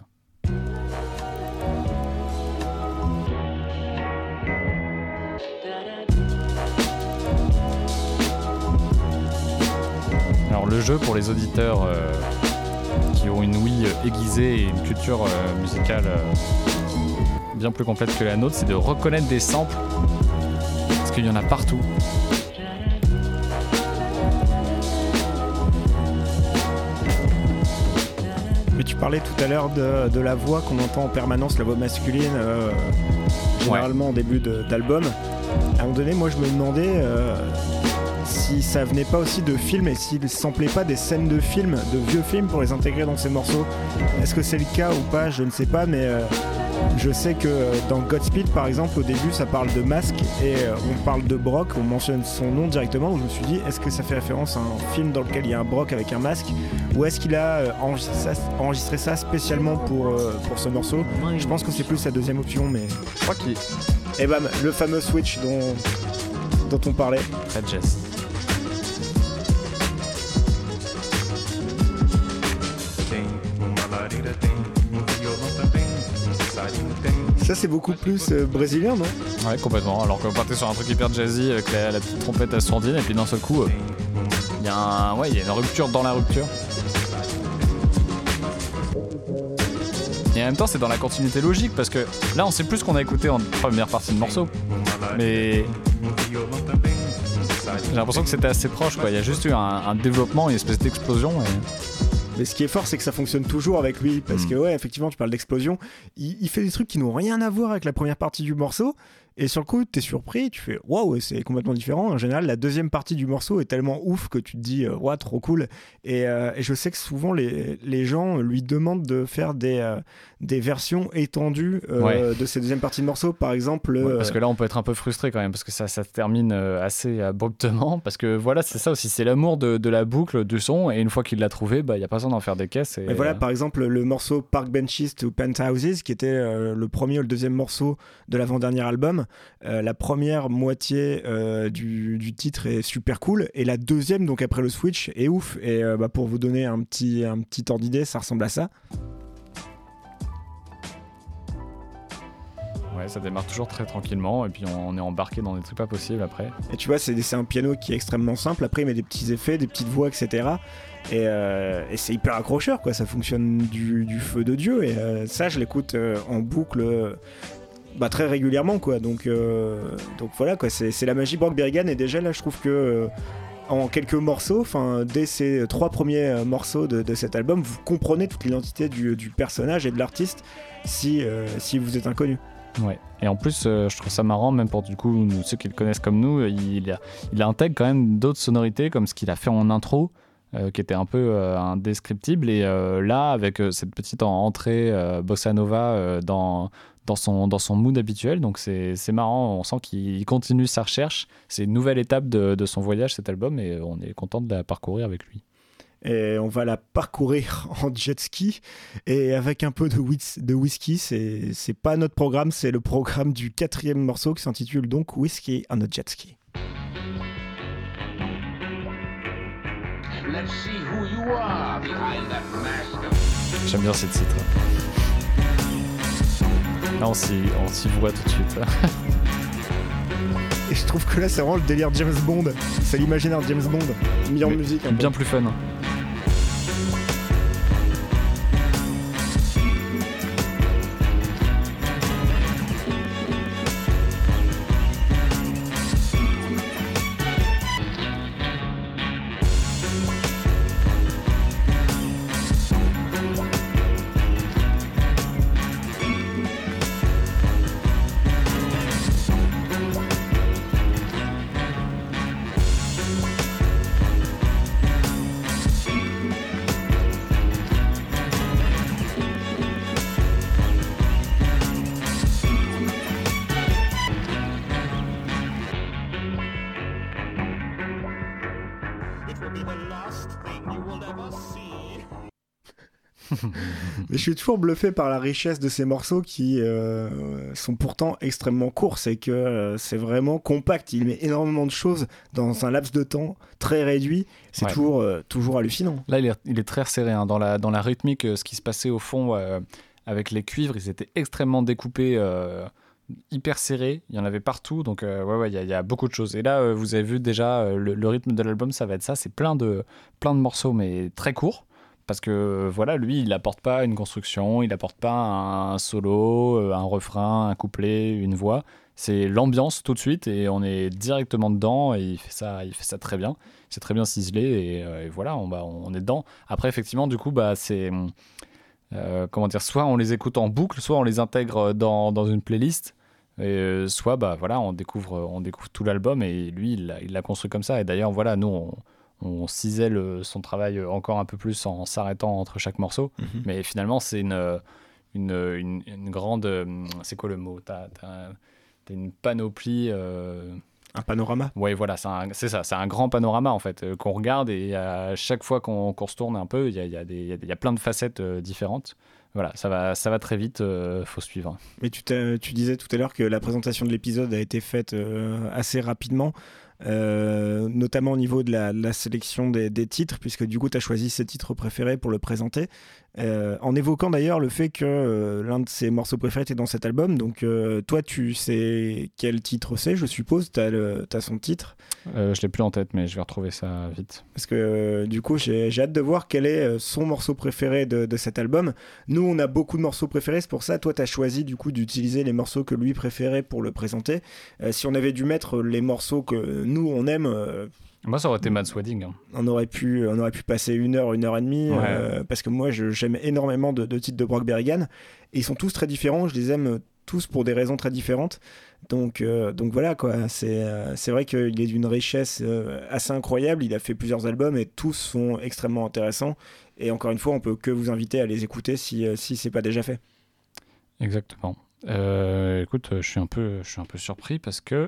Alors, le jeu pour les auditeurs euh, qui ont une ouïe euh, aiguisée et une culture euh, musicale. Euh, bien plus complète que la nôtre, c'est de reconnaître des samples, parce qu'il y en a partout. Mais tu parlais tout à l'heure de, de la voix qu'on entend en permanence, la voix masculine, euh, généralement ouais. en début de, d'album. À un moment donné, moi je me demandais euh, si ça venait pas aussi de films et s'ils samplaient pas des scènes de films, de vieux films pour les intégrer dans ces morceaux. Est-ce que c'est le cas ou pas, je ne sais pas, mais euh, je sais que dans Godspeed par exemple, au début ça parle de masque et euh, on parle de Brock, on mentionne son nom directement, donc je me suis dit est-ce que ça fait référence à un film dans lequel il y a un Brock avec un masque ou est-ce qu'il a euh, enregistré, ça, enregistré ça spécialement pour, euh, pour ce morceau. Je pense que c'est plus la deuxième option, mais je crois qu'il... Et bam, le fameux switch dont, dont on parlait. Très jazz. Ça c'est beaucoup plus euh, brésilien, non ? Ouais, complètement. Alors qu'on partait sur un truc hyper jazzy avec la, la petite trompette à sourdine et puis d'un seul coup, il euh, y a un, ouais, il y a une rupture dans la rupture. Et en même temps, c'est dans la continuité logique parce que là, on sait plus ce qu'on a écouté en première partie de morceau. Mais j'ai l'impression que c'était assez proche, quoi. Il y a juste eu un, un développement, une espèce d'explosion. Et... Mais ce qui est fort, c'est que ça fonctionne toujours avec lui. Parce mmh. que, ouais, effectivement, tu parles d'explosion. Il, il fait des trucs qui n'ont rien à voir avec la première partie du morceau. Et sur le coup, t'es surpris, tu fais waouh, c'est complètement différent. En général, la deuxième partie du morceau est tellement ouf que tu te dis waouh, trop cool. Et, euh, et je sais que souvent, les, les gens lui demandent de faire des, euh, des versions étendues euh, ouais. de ces deuxièmes parties de morceau. Par exemple. Ouais, parce que là, on peut être un peu frustré quand même, parce que ça, ça se termine assez abruptement. Parce que voilà, c'est ça aussi, c'est l'amour de, de la boucle, du son. Et une fois qu'il l'a trouvé, il bah, n'y a pas besoin d'en faire des caisses. Et, Mais voilà, euh... par exemple, le morceau Park Benches to Penthouses, qui était euh, le premier ou le deuxième morceau de l'avant-dernier album. Euh, la première moitié euh, du, du titre est super cool et la deuxième, donc après le switch, est ouf. Et euh, bah, pour vous donner un petit, un petit ordre d'idée, ça ressemble à ça. Ouais, ça démarre toujours très tranquillement et puis on, on est embarqué dans des trucs pas possibles après. Et tu vois, c'est, c'est un piano qui est extrêmement simple. Après, il met des petits effets, des petites voix, et cetera. Et, euh, et c'est hyper accrocheur, quoi. Ça fonctionne du, du feu de Dieu. Et euh, ça, je l'écoute euh, en boucle. Euh, Bah, très régulièrement, quoi. Donc, euh, donc voilà, quoi. C'est, c'est la magie Brock Berrigan. Et déjà là, je trouve que euh, en quelques morceaux, enfin dès ces trois premiers euh, morceaux de, de cet album, vous comprenez toute l'identité du, du personnage et de l'artiste si, euh, si vous êtes inconnu. Ouais. Et en plus, euh, je trouve ça marrant, même pour du coup ceux qui le connaissent comme nous, il, a, il intègre quand même d'autres sonorités comme ce qu'il a fait en intro. Euh, qui était un peu euh, indescriptible et euh, là avec euh, cette petite entrée euh, bossa nova euh, dans, dans, son, dans son mood habituel, donc c'est, c'est marrant, on sent qu'il continue sa recherche, c'est une nouvelle étape de, de son voyage cet album et on est content de la parcourir avec lui. Et on va la parcourir en jet ski et avec un peu de, whis- de whisky, c'est, c'est pas notre programme, c'est le programme du quatrième morceau qui s'intitule donc Whiskey on a Jet Ski. Let's see who you are behind that mask. J'aime bien ce titre. Là, on s'y, on s'y voit tout de suite. Et je trouve que là, c'est vraiment le délire James Bond. C'est l'imaginaire de James Bond, mis en Mais musique. bien peu. Plus fun. Mais je suis toujours bluffé par la richesse de ces morceaux qui euh, sont pourtant extrêmement courts. C'est que euh, c'est vraiment compact. Il met énormément de choses dans un laps de temps très réduit. C'est ouais. toujours, euh, toujours hallucinant. Là, il est, il est très resserré. Hein. Dans, la, dans la rythmique, ce qui se passait au fond euh, avec les cuivres, ils étaient extrêmement découpés, euh, hyper serrés. Il y en avait partout. Donc, euh, ouais, ouais, il y, y a beaucoup de choses. Et là, euh, vous avez vu déjà, euh, le, le rythme de l'album, ça va être ça. C'est plein de, plein de morceaux, mais très courts. parce que voilà, lui, il apporte pas une construction, il apporte pas un solo, un refrain, un couplet, une voix. C'est l'ambiance tout de suite et on est directement dedans et il fait ça, il fait ça très bien. C'est très bien ciselé et, euh, et voilà, on, bah, on est dedans. Après, effectivement, du coup, bah, c'est euh, comment dire, soit on les écoute en boucle, soit on les intègre dans, dans une playlist, et, euh, soit bah voilà, on découvre, on découvre tout l'album et lui, il l'a, il l'a construit comme ça. Et d'ailleurs, voilà, nous, on, on cisèle son travail encore un peu plus en s'arrêtant entre chaque morceau, mm-hmm. mais finalement, c'est une, une, une, une grande, c'est quoi le mot ? T'as, t'as, t'as une panoplie. Euh... Un panorama. Oui, voilà, c'est, un, c'est ça, c'est un grand panorama en fait, euh, qu'on regarde et à chaque fois qu'on, qu'on se tourne un peu, il y a, y, a des, y, a, y a plein de facettes euh, différentes. Voilà, ça va, ça va très vite, euh, faut suivre. Mais tu, tu disais tout à l'heure que la présentation de l'épisode a été faite euh, assez rapidement. Euh, notamment au niveau de la, de la sélection des, des titres, puisque du coup tu as choisi ses titres préférés pour le présenter, euh, en évoquant d'ailleurs le fait que euh, l'un de ses morceaux préférés était dans cet album. Donc euh, toi tu sais quel titre c'est, je suppose, tu as son titre. euh, Je l'ai plus en tête, mais je vais retrouver ça vite, parce que euh, du coup j'ai, j'ai hâte de voir quel est son morceau préféré de, de cet album. Nous on a beaucoup de morceaux préférés, c'est pour ça toi tu as choisi du coup d'utiliser les morceaux que lui préférait pour le présenter. Euh, si on avait dû mettre les morceaux que nous on aime, euh, moi ça aurait été Mad Wedding, hein. on aurait pu on aurait pu passer une heure une heure et demie, ouais. euh, parce que moi je, j'aime énormément de, de titres de Brock Berrigan et ils sont tous très différents, je les aime tous pour des raisons très différentes, donc euh, donc voilà quoi, c'est euh, c'est vrai qu'il est d'une richesse euh, assez incroyable, il a fait plusieurs albums et tous sont extrêmement intéressants et encore une fois on peut que vous inviter à les écouter si euh, si c'est pas déjà fait. Exactement. Euh, écoute, je suis un peu je suis un peu surpris parce que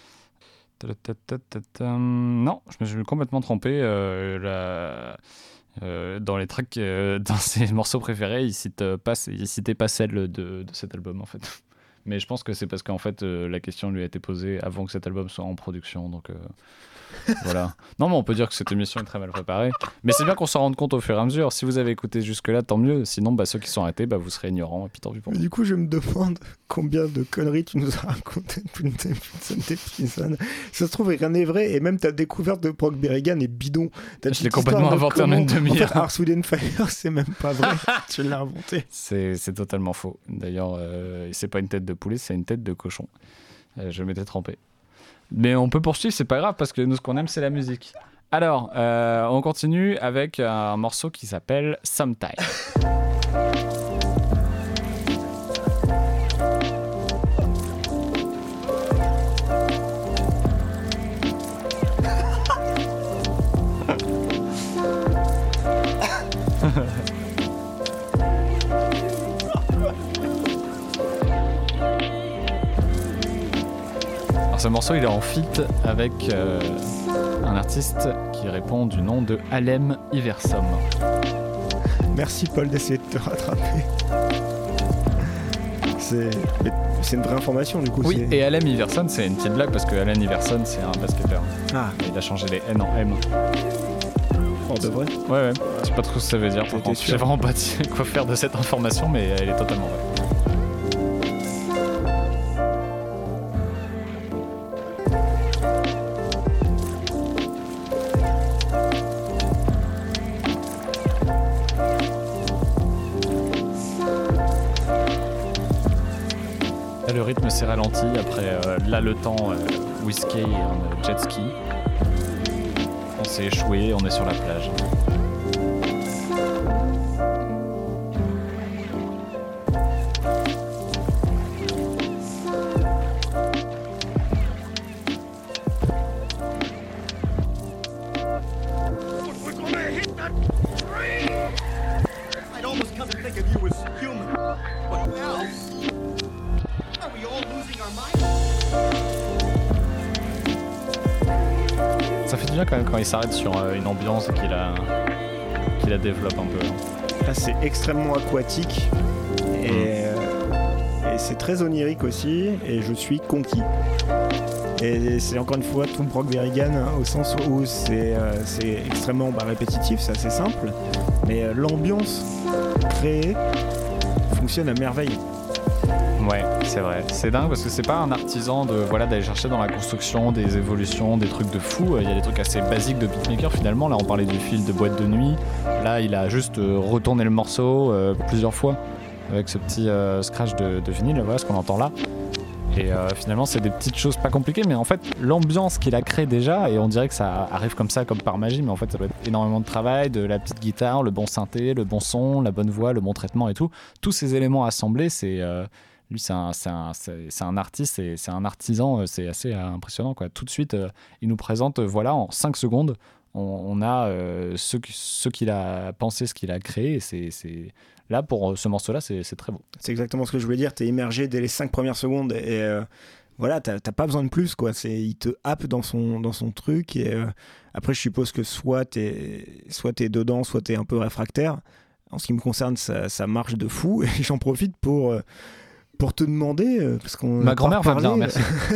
non, je me suis complètement trompé. Euh, la... euh, dans les tracks, euh, dans ses morceaux préférés, il cite pas, il citait pas celle de, de cet album en fait. Mais je pense que c'est parce qu'en fait euh, la question lui a été posée avant que cet album soit en production, donc euh, voilà. Non, mais on peut dire que cette émission est très mal préparée. Mais c'est bien qu'on s'en rende compte au fur et à mesure. Si vous avez écouté jusque-là, tant mieux. Sinon, bah, ceux qui sont arrêtés, bah, vous serez ignorants. Et puis tant pis pour vous. Du coup, je me demande combien de conneries tu nous as raconté depuis cet épisode. Ça se trouve, rien n'est vrai. Et même ta découverte de Brock Berrigan est bidon. Je l'ai complètement inventé en une demi-heure. En fait, Earth, Wind and Fire, c'est même pas vrai. Tu l'as inventé. C'est, c'est totalement faux. D'ailleurs, euh, c'est pas une tête de poulet, c'est une tête de cochon. Euh, je m'étais trompé. Mais on peut poursuivre, c'est pas grave, parce que nous, ce qu'on aime, c'est la musique. Alors, euh, on continue avec un morceau qui s'appelle Sometime. Ce morceau, il est en feat avec euh, un artiste qui répond du nom de Alem Iversom. Merci Paul d'essayer de te rattraper. C'est, c'est une vraie information du coup. Oui, c'est... et Alem Iverson, c'est une petite blague parce que Allen Iverson, c'est un basketteur. Ah. Et il a changé les N en M. Oh, de vrai ? Ouais, ouais. Je sais pas trop ce que ça veut dire. Je sais vraiment pas quoi faire de cette information, mais elle est totalement vraie. Le rythme s'est ralenti après euh, là le temps euh, whisky et en jet ski. On s'est échoué, on est sur la plage. Ça fait du bien quand même quand il s'arrête sur une ambiance et qu'il la, qu'il la développe un peu. Là, c'est extrêmement aquatique et, euh, et c'est très onirique aussi et je suis conquis. Et c'est encore une fois tout Brock Berrigan hein, au sens où c'est, euh, c'est extrêmement bah, répétitif, c'est assez simple, mais euh, l'ambiance créée fonctionne à merveille. Ouais, c'est vrai. C'est dingue parce que c'est pas un artisan de voilà d'aller chercher dans la construction des évolutions, des trucs de fou. Il y a des trucs assez basiques de beatmaker finalement. Là, on parlait du fil de boîte de nuit. Là, il a juste euh, retourné le morceau euh, plusieurs fois avec ce petit euh, scratch de, de vinyle. Voilà ce qu'on entend là. Et euh, finalement, c'est des petites choses pas compliquées, mais en fait, l'ambiance qu'il a créée déjà, et on dirait que ça arrive comme ça, comme par magie, mais en fait, ça doit être énormément de travail, de la petite guitare, le bon synthé, le bon son, la bonne voix, le bon traitement et tout. Tous ces éléments assemblés, c'est euh, lui, c'est un, c'est un, c'est, c'est un artiste, c'est, c'est un artisan, c'est assez euh, impressionnant, quoi. Tout de suite, euh, il nous présente, euh, voilà, en cinq secondes, on, on a euh, ce, ce qu'il a pensé, ce qu'il a créé, et c'est, c'est... Là, pour ce morceau-là, c'est, c'est très beau. C'est exactement ce que je voulais dire. T'es immergé dès les cinq premières secondes et euh, voilà, t'as, t'as pas besoin de plus, quoi. C'est, il te happe dans son, dans son truc et euh, après, je suppose que soit t'es, soit t'es dedans, soit t'es un peu réfractaire. En ce qui me concerne, ça, ça marche de fou et j'en profite pour, euh, pour te demander euh, parce qu'on Ma grand-mère va bien, merci.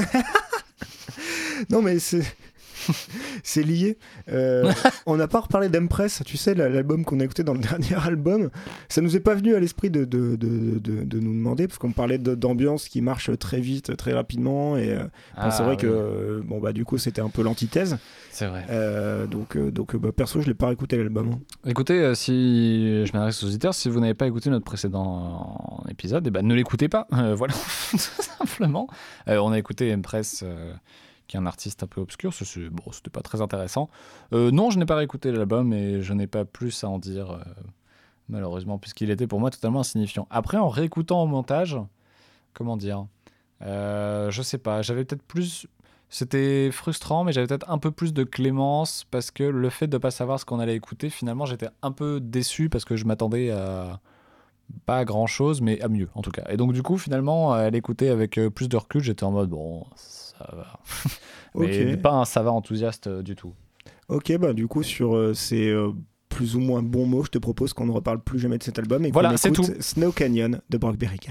Non, mais c'est... c'est lié. Euh, on n'a pas reparlé d'Empress, tu sais, l'album qu'on a écouté dans le dernier album. Ça nous est pas venu à l'esprit de, de, de, de, de nous demander, parce qu'on parlait de, d'ambiance qui marche très vite, très rapidement. Et euh, ah, bon, c'est vrai oui. que euh, bon, bah, du coup, c'était un peu l'antithèse. C'est vrai. Euh, donc, euh, donc bah, perso, je l'ai pas écouté l'album. Écoutez, euh, si je m'adresse aux auditeurs, si vous n'avez pas écouté notre précédent épisode, eh ben, ne l'écoutez pas. Euh, voilà, tout simplement. Euh, on a écouté Empress. Euh... qui est un artiste un peu obscur, c'est, c'est, bon, c'était pas très intéressant. Euh, non, je n'ai pas réécouté l'album et je n'ai pas plus à en dire, euh, malheureusement, puisqu'il était pour moi totalement insignifiant. Après, en réécoutant au montage, comment dire, euh, je sais pas, j'avais peut-être plus... C'était frustrant, mais j'avais peut-être un peu plus de clémence, parce que le fait de ne pas savoir ce qu'on allait écouter, finalement, j'étais un peu déçu, parce que je m'attendais à... pas à grand-chose, mais à mieux, en tout cas. Et donc, du coup, finalement, à l'écouter avec plus de recul, j'étais en mode, bon... ça va. Mais okay. Pas un ça va enthousiaste euh, du tout. Ok, bah du coup, sur euh, ces euh, plus ou moins bons mots, je te propose qu'on ne reparle plus jamais de cet album et voilà, qu'on c'est écoute tout. Snow Canyon de Brock Berrigan.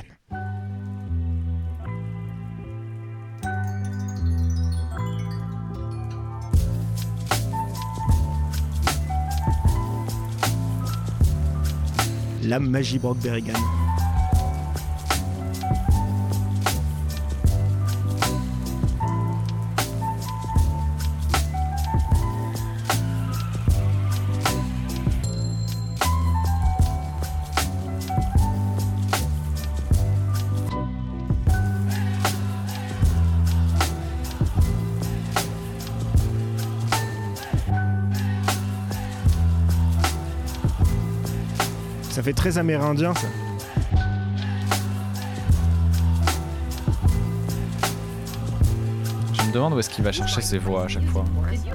La magie Brock Berrigan. Ça fait très amérindien, ça. Je me demande où est-ce qu'il va chercher ses voix à chaque fois.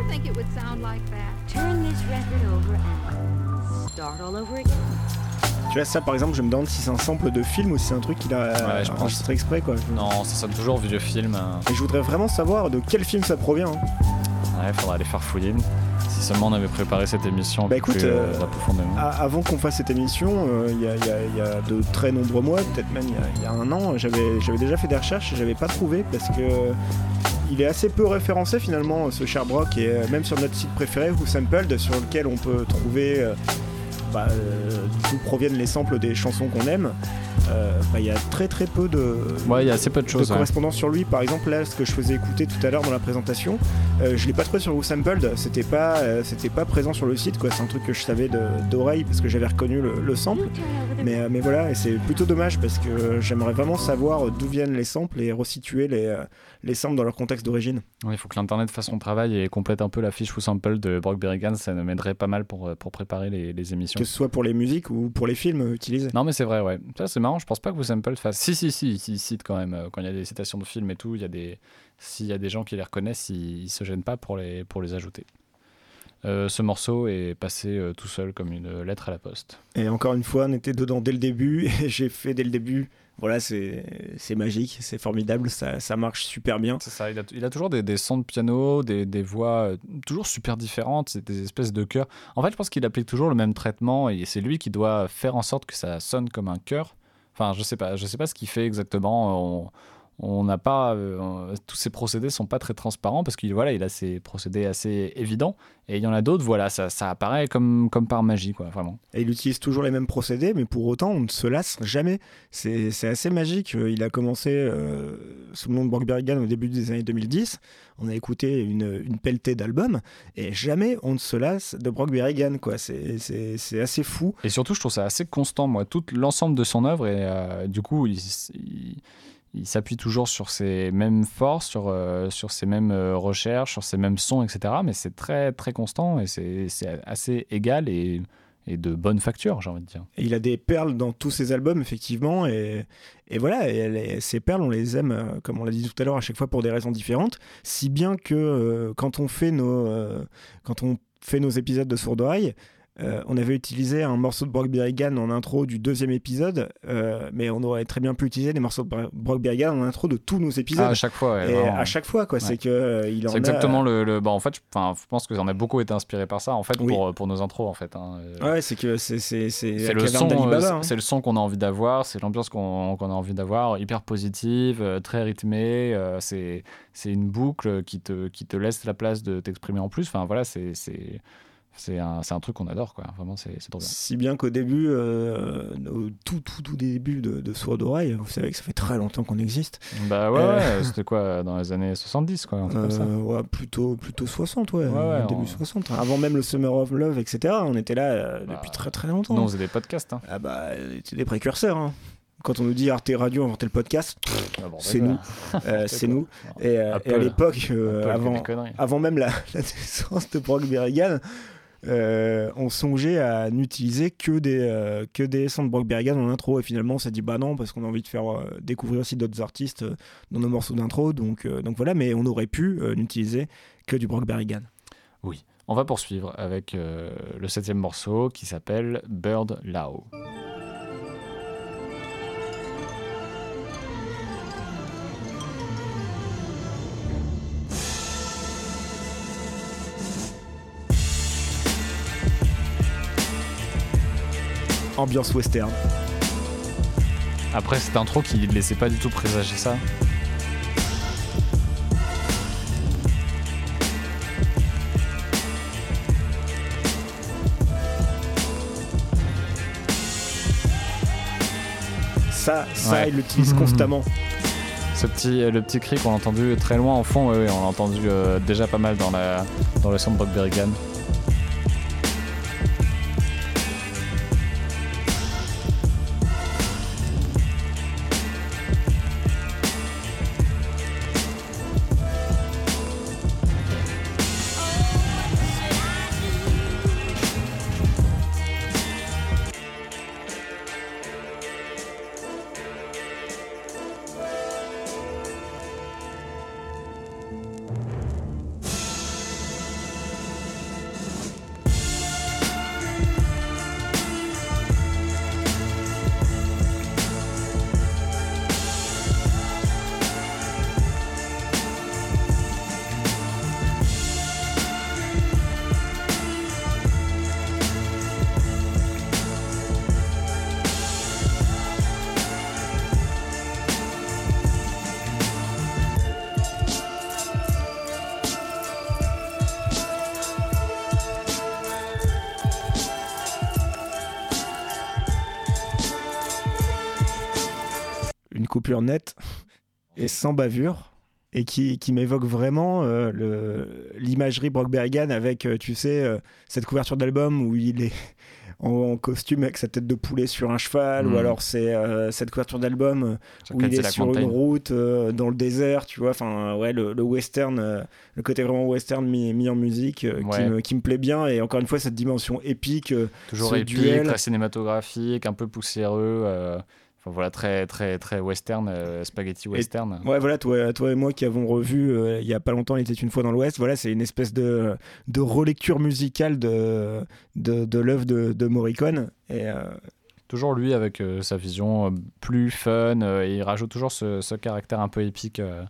Tu vois, ça par exemple, je me demande si c'est un sample de film ou si c'est un truc qu'il a ouais, je enregistré pense. exprès, quoi. Non, ça sonne toujours vieux film. Et je voudrais vraiment savoir de quel film ça provient. Hein. Ouais, faudra aller faire fouiller. Si seulement on avait préparé cette émission bah écoute, plus euh, euh, profondément. Avant qu'on fasse cette émission, il euh, y, y, y a de très nombreux mois, peut-être même il y, y a un an, j'avais, j'avais déjà fait des recherches et j'avais pas trouvé parce que il est assez peu référencé finalement, ce cher Brock, et euh, même sur notre site préféré, Who Sampled, sur lequel on peut trouver euh, bah, euh, d'où proviennent les samples des chansons qu'on aime. Il euh, bah, y a très très peu de, ouais, y a assez peu de, choses, de correspondance ouais. sur lui. Par exemple, là, ce que je faisais écouter tout à l'heure dans la présentation, euh, je l'ai pas trouvé sur Who Sampled, c'était pas, euh, c'était pas présent sur le site, quoi. C'est un truc que je savais de, d'oreille parce que j'avais reconnu le, le sample. Mais, euh, mais voilà, et c'est plutôt dommage parce que j'aimerais vraiment savoir d'où viennent les samples et resituer les, euh, les samples dans leur contexte d'origine. Il faut que l'internet fasse son travail et complète un peu la fiche Who Sampled de Brock Berrigan, ça m'aiderait pas mal pour, pour préparer les, les émissions. Que ce soit pour les musiques ou pour les films utilisés. Non mais c'est vrai, ouais. Ça c'est marrant, je pense pas que Who Sampled fasse... Si, si, si, il cite quand même, quand il y a des citations de films et tout, il y a des... s'il y a des gens qui les reconnaissent, ils, ils se gênent pas pour les, pour les ajouter. Euh, ce morceau est passé euh, tout seul comme une lettre à la poste. Et encore une fois, on était dedans dès le début et j'ai fait dès le début. Voilà, c'est, c'est magique, c'est formidable, ça, ça marche super bien. C'est ça, il a, il a toujours des, des sons de piano, des, des voix euh, toujours super différentes, c'est des espèces de chœurs. En fait, je pense qu'il applique toujours le même traitement et c'est lui qui doit faire en sorte que ça sonne comme un chœur. Enfin, je sais pas, je sais pas ce qu'il fait exactement. On, on n'a pas euh, tous ces procédés sont pas très transparents parce qu'il voilà il a ces procédés assez évidents et il y en a d'autres voilà ça, ça apparaît comme comme par magie quoi vraiment. Et il utilise toujours les mêmes procédés mais pour autant on ne se lasse jamais. C'est, c'est assez magique. Il a commencé euh, sous le nom de Brock Berrigan au début des années deux mille dix. On a écouté une, une pelletée d'albums et jamais on ne se lasse de Brock Berrigan quoi. C'est, c'est, c'est assez fou. Et surtout je trouve ça assez constant moi tout l'ensemble de son œuvre et euh, du coup il, il Il s'appuie toujours sur ses mêmes forces, sur, euh, sur ses mêmes euh, recherches, sur ses mêmes sons, et cetera. Mais c'est très, très constant et c'est, c'est assez égal et, et de bonne facture, j'ai envie de dire. Et il a des perles dans tous ses albums, effectivement. Et, et voilà, et les, ces perles, on les aime, euh, comme on l'a dit tout à l'heure, à chaque fois pour des raisons différentes. Si bien que euh, quand, on fait nos, euh, quand on fait nos épisodes de Sourd Oreille, Euh, on avait utilisé un morceau de Brock Berrigan en intro du deuxième épisode, euh, mais on aurait très bien pu utiliser des morceaux de Brock Berrigan en intro de tous nos épisodes. Ah, à chaque fois, ouais, et vraiment. à chaque fois, quoi. Ouais. C'est que euh, il en c'est exactement a... le. le bah, en fait, je, je pense que j'en ai beaucoup été inspiré par ça, en fait, oui. pour, pour nos intros, en fait. Hein. Ouais, c'est que c'est c'est c'est, c'est le son, euh, c'est, hein. c'est le son qu'on a envie d'avoir, c'est l'ambiance qu'on, qu'on a envie d'avoir, hyper positive, euh, très rythmée. Euh, c'est c'est une boucle qui te qui te laisse la place de t'exprimer en plus. Enfin voilà, c'est c'est C'est un, c'est un truc qu'on adore, quoi. Vraiment, c'est, c'est trop bien. Si bien qu'au début, euh, au tout, tout, tout début de, de Sourd Oreille, vous savez que ça fait très longtemps qu'on existe. Bah ouais, euh... ouais c'était quoi, dans les années soixante-dix, quoi, un truc euh, comme ça. Ouais, plutôt, plutôt soixante, ouais. ouais, ouais début on... soixante. Avant même le Summer of Love, et cetera. On était là euh, bah, depuis très très longtemps. Nous, on faisait des podcasts. Hein. Ah bah, c'était des précurseurs, hein. Quand on nous dit Arte Radio inventé le podcast, pff, ah bon, c'est nous, euh, c'est nous. Et, euh, et à l'époque, euh, avant, avant même la, la naissance de Brock Berrigan, euh, on songeait à n'utiliser que des, euh, que des sons de Brock Berrigan en intro. Et finalement, on s'est dit bah non, parce qu'on a envie de faire euh, découvrir aussi d'autres artistes euh, dans nos morceaux d'intro. Donc, euh, donc voilà, mais on aurait pu euh, n'utiliser que du Brock Berrigan. Oui, on va poursuivre avec euh, le septième morceau qui s'appelle Bird Lao. Ambiance western. Après, cette intro qui ne laissait pas du tout présager ça. Ça, ça ouais. il l'utilise constamment. Ce petit, le petit cri qu'on a entendu très loin en fond, ouais, ouais, on l'a entendu euh, déjà pas mal dans, la, dans le son de Brock Berrigan. Coupure nette et sans bavure et qui, qui m'évoque vraiment euh, le, l'imagerie Brock Berrigan avec, euh, tu sais, euh, cette couverture d'album où il est en, en costume avec sa tête de poulet sur un cheval, mmh. ou alors c'est euh, cette couverture d'album euh, où il est sur montagne. Une route euh, dans le désert, tu vois, enfin ouais, le, le western, euh, le côté vraiment western mis, mis en musique euh, ouais. qui, me, qui me plaît bien, et encore une fois cette dimension épique, euh, toujours épique, duel. Très cinématographique, un peu poussiéreux. Euh... Enfin, voilà, très, très, très western, euh, spaghetti western. Et, ouais, voilà, toi, toi et moi qui avons revu euh, il y a pas longtemps, il était une fois dans l'Ouest. Voilà, c'est une espèce de, de relecture musicale de, de, de l'œuvre de, de Morricone. Et, euh... toujours lui avec euh, sa vision euh, plus fun, euh, et il rajoute toujours ce, ce caractère un peu épique euh,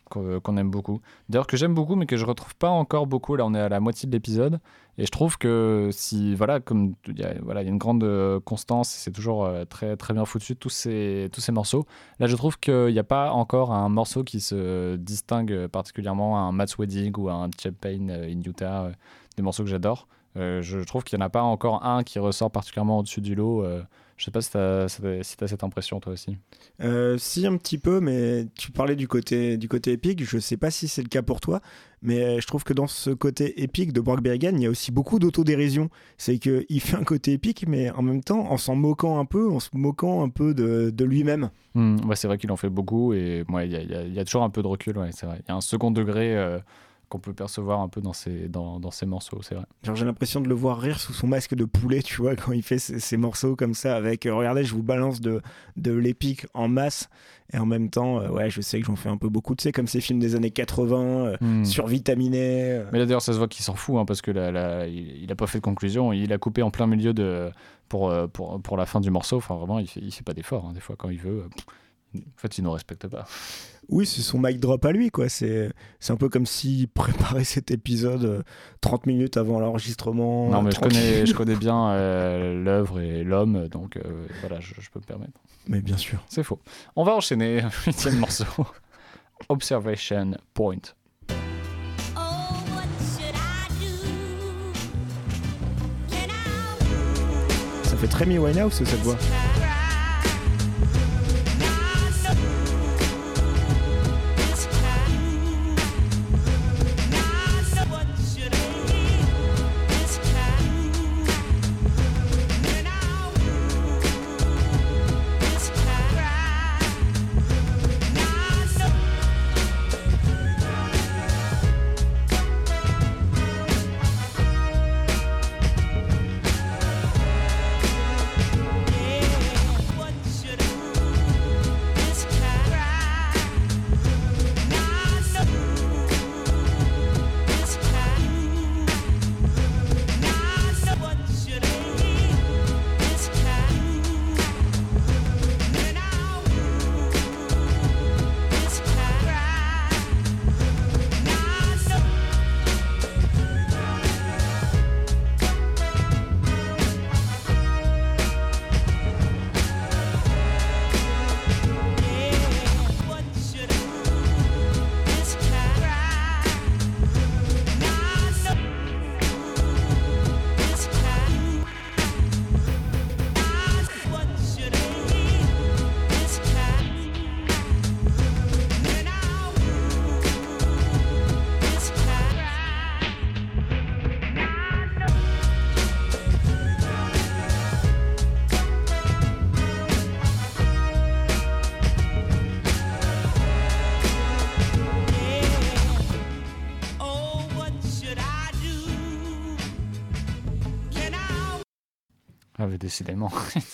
qu'on, qu'on aime beaucoup. D'ailleurs, que j'aime beaucoup, mais que je retrouve pas encore beaucoup. Là, on est à la moitié de l'épisode. Et je trouve que si, voilà, comme il y a, voilà, il y a une grande euh, constance, c'est toujours euh, très, très bien foutu, tous ces, tous ces morceaux. Là, je trouve qu'il n'y a pas encore un morceau qui se distingue particulièrement à un Matt's Wedding ou à un Champagne in Utah, euh, des morceaux que j'adore. Euh, je trouve qu'il n'y en a pas encore un qui ressort particulièrement au-dessus du lot. Euh, je sais pas si tu as si t'as cette impression toi aussi. Euh, si, un petit peu, mais tu parlais du côté, du côté épique. Je sais pas si c'est le cas pour toi, mais je trouve que dans ce côté épique de Brock Berrigan, il y a aussi beaucoup d'autodérision. C'est qu'il fait un côté épique, mais en même temps, en s'en moquant un peu, en se moquant un peu de, de lui-même. Mmh, ouais, c'est vrai qu'il en fait beaucoup et il ouais, y, y, y a toujours un peu de recul. Ouais, c'est vrai. Il y a un second degré euh, qu'on peut percevoir un peu dans ces, dans, dans ces morceaux, c'est vrai. Genre, j'ai l'impression de le voir rire sous son masque de poulet, tu vois, quand il fait ces, ces morceaux comme ça avec euh, regardez, je vous balance de, de l'épique en masse, et en même temps, euh, ouais, je sais que j'en fais un peu beaucoup, tu sais, comme ces films des années quatre-vingts, euh, mmh. survitaminés. Euh... Mais là, d'ailleurs, ça se voit qu'il s'en fout, hein, parce que là, là, il, il a pas fait de conclusion, il a coupé en plein milieu de, pour, pour, pour la fin du morceau, enfin, vraiment, il fait, il fait pas d'effort, hein, des fois, quand il veut. Pff, en fait, il nous respecte pas. Oui, c'est son mic drop à lui, quoi. C'est, c'est un peu comme s'il préparait cet épisode euh, trente minutes avant l'enregistrement. Non, mais euh, je connais, je connais bien euh, l'œuvre et l'homme, donc euh, voilà, je, je peux me permettre. Mais bien sûr. C'est faux. On va enchaîner. Huitième morceau. Observation Point. Ça fait très Amy Winehouse, cette voix. Ah, mais décidément.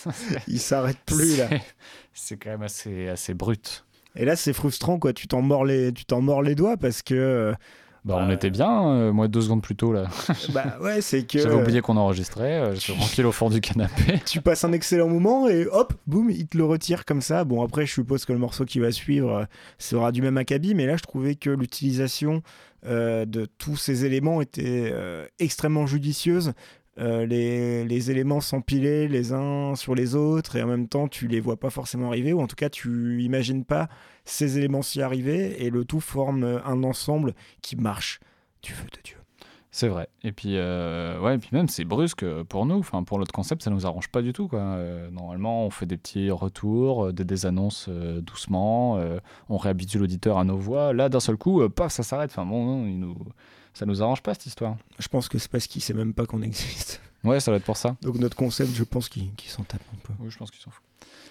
Il s'arrête plus, là. C'est, c'est quand même assez, assez brut. Et là, c'est frustrant, quoi. Tu t'en mords les, tu t'en mords les doigts parce que... Bah, on euh... était bien, euh, moi, deux secondes plus tôt, là. Bah, ouais, c'est que... J'avais oublié qu'on enregistrait, euh, je suis tranquille au fond du canapé. Tu passes un excellent moment et hop, boum, il te le retire comme ça. Bon, après, je suppose que le morceau qui va suivre euh, sera du même acabit, mais là, je trouvais que l'utilisation euh, de tous ces éléments était euh, extrêmement judicieuse. Euh, les, les éléments s'empilaient les uns sur les autres et en même temps tu les vois pas forcément arriver, ou en tout cas tu imagines pas ces éléments s'y arriver, et le tout forme un ensemble qui marche du feu de Dieu. C'est vrai. Et puis, euh, ouais, et puis même c'est brusque pour nous, enfin, pour notre concept ça nous arrange pas du tout, quoi. Euh, normalement on fait des petits retours, des, des annonces euh, doucement, euh, on réhabitue l'auditeur à nos voix. Là d'un seul coup, euh, paf, ça s'arrête. Enfin bon, non, il nous... ça nous arrange pas cette histoire. Je pense que c'est parce qu'il sait même pas qu'on existe. Ouais, ça doit être pour ça. Donc notre concept, je pense qu'il, qu'il s'en tape un peu. Oui, je pense qu'il s'en fout.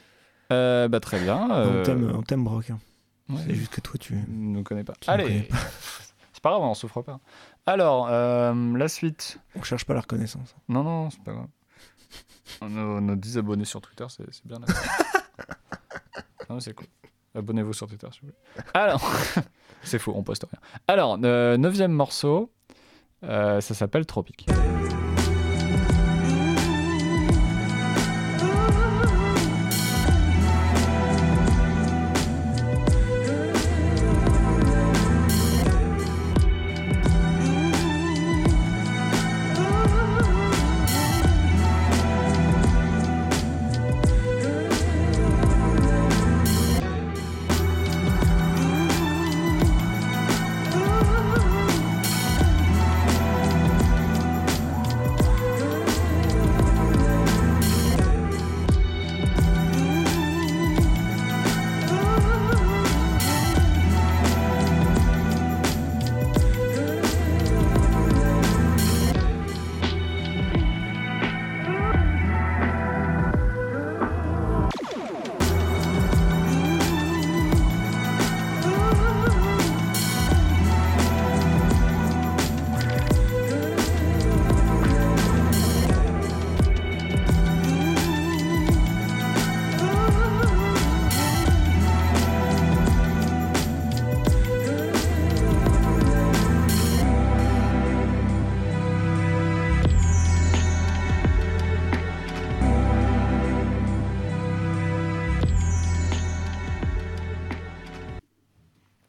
Euh, bah très bien. Euh... On t'aime, on t'aime Brock. Hein. Ouais, c'est juste que toi tu ne connais pas. Tu Allez. connais pas. C'est pas grave, on souffre pas. Alors, euh, la suite. On cherche pas la reconnaissance. Non, non, c'est pas grave. Nos, nos dix abonnés sur Twitter, c'est, c'est bien là. Non, c'est cool. Abonnez-vous sur Twitter, s'il vous plaît. Alors, c'est faux, on poste rien. Alors, euh, neuvième morceau, euh, ça s'appelle Tropique.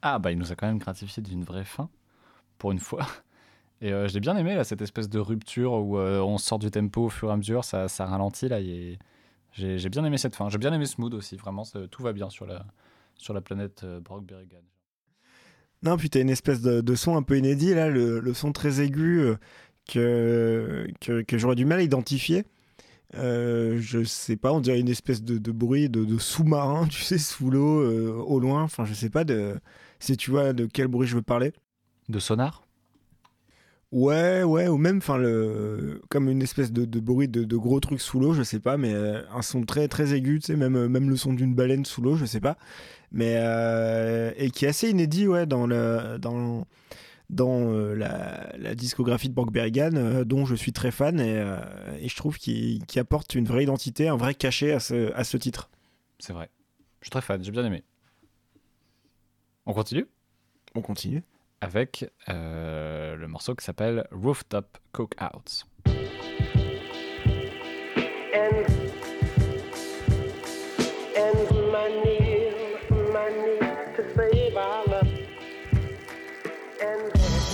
Ah, bah il nous a quand même gratifié d'une vraie fin, pour une fois. Et euh, je l'ai bien aimé, là, cette espèce de rupture où euh, on sort du tempo au fur et à mesure, ça, ça ralentit, là. Et j'ai, j'ai bien aimé cette fin. J'ai bien aimé ce mood aussi, vraiment, ça, tout va bien sur la, sur la planète euh, Brock Berrigan. Non, puis t'as une espèce de, de son un peu inédit, là, le, le son très aigu euh, que, que, que j'aurais du mal à identifier. Euh, je sais pas, on dirait une espèce de, de bruit de, de sous-marin, tu sais, sous l'eau, euh, au loin. Enfin, je sais pas de, si tu vois de quel bruit je veux parler. De sonar ? Ouais, ouais, ou même, enfin, le, comme une espèce de, de bruit de, de gros trucs sous l'eau, je sais pas, mais euh, un son très, très aigu, tu sais, même, même le son d'une baleine sous l'eau, je sais pas. Mais, euh, et qui est assez inédit, ouais, dans le, dans, dans euh, la, la discographie de Brock Berrigan, euh, dont je suis très fan, et, euh, et je trouve qu'il, qu'il apporte une vraie identité, un vrai cachet à ce, à ce titre. C'est vrai. Je suis très fan, j'ai bien aimé. On continue ? On continue. Avec euh, le morceau qui s'appelle Rooftop Cookouts. And, and my need, my need to save our love. And,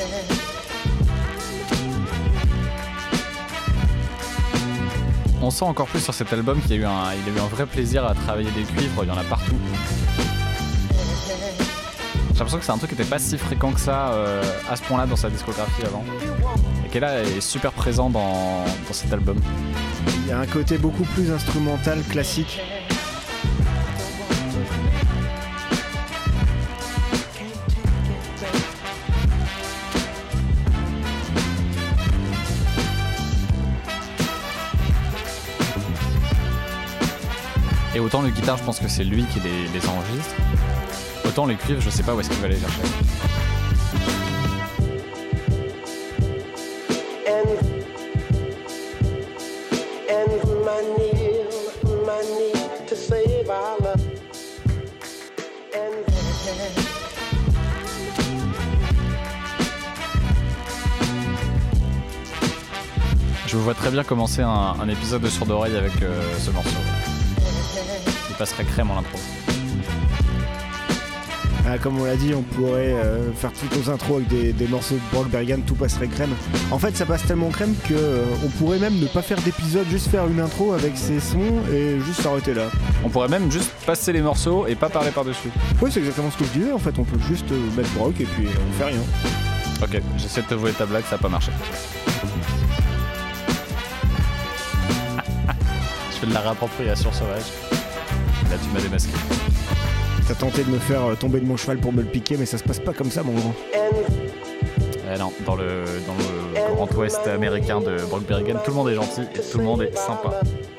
On sent encore plus sur cet album qu'il y a eu un, il a eu un vrai plaisir à travailler des cuivres, il y en a partout. J'ai l'impression que c'est un truc qui n'était pas si fréquent que ça euh, à ce point-là dans sa discographie avant. Et qui là est super présent dans, dans cet album. Il y a un côté beaucoup plus instrumental, classique. Et autant le guitare, je pense que c'est lui qui les, les enregistre. Autant les cuivres, je sais pas où est-ce qu'il va les chercher. and, and my need, my need to save our love. And, Je vous vois très bien commencer un, un épisode de Sourd Oreille avec euh, ce morceau. Il passerait crème en intro. Ah, comme on l'a dit, on pourrait euh, faire toutes nos intros avec des, des morceaux de Brock Berrigan, tout passerait crème. En fait, ça passe tellement crème que euh, on pourrait même ne pas faire d'épisode, juste faire une intro avec ces sons et juste s'arrêter là. On pourrait même juste passer les morceaux et pas parler par-dessus. Oui, c'est exactement ce que je disais. En fait, on peut juste euh, mettre Brock et puis on fait rien. Ok, j'essaie de te vouer ta blague, ça n'a pas marché. Je fais de la réappropriation sauvage. Là, tu m'as démasqué. T'as tenté de me faire euh, tomber de mon cheval pour me le piquer, mais ça se passe pas comme ça, mon grand. Eh non, dans le, dans le Grand Ouest américain de Brock Berrigan, tout le monde est gentil et tout le monde est sympa.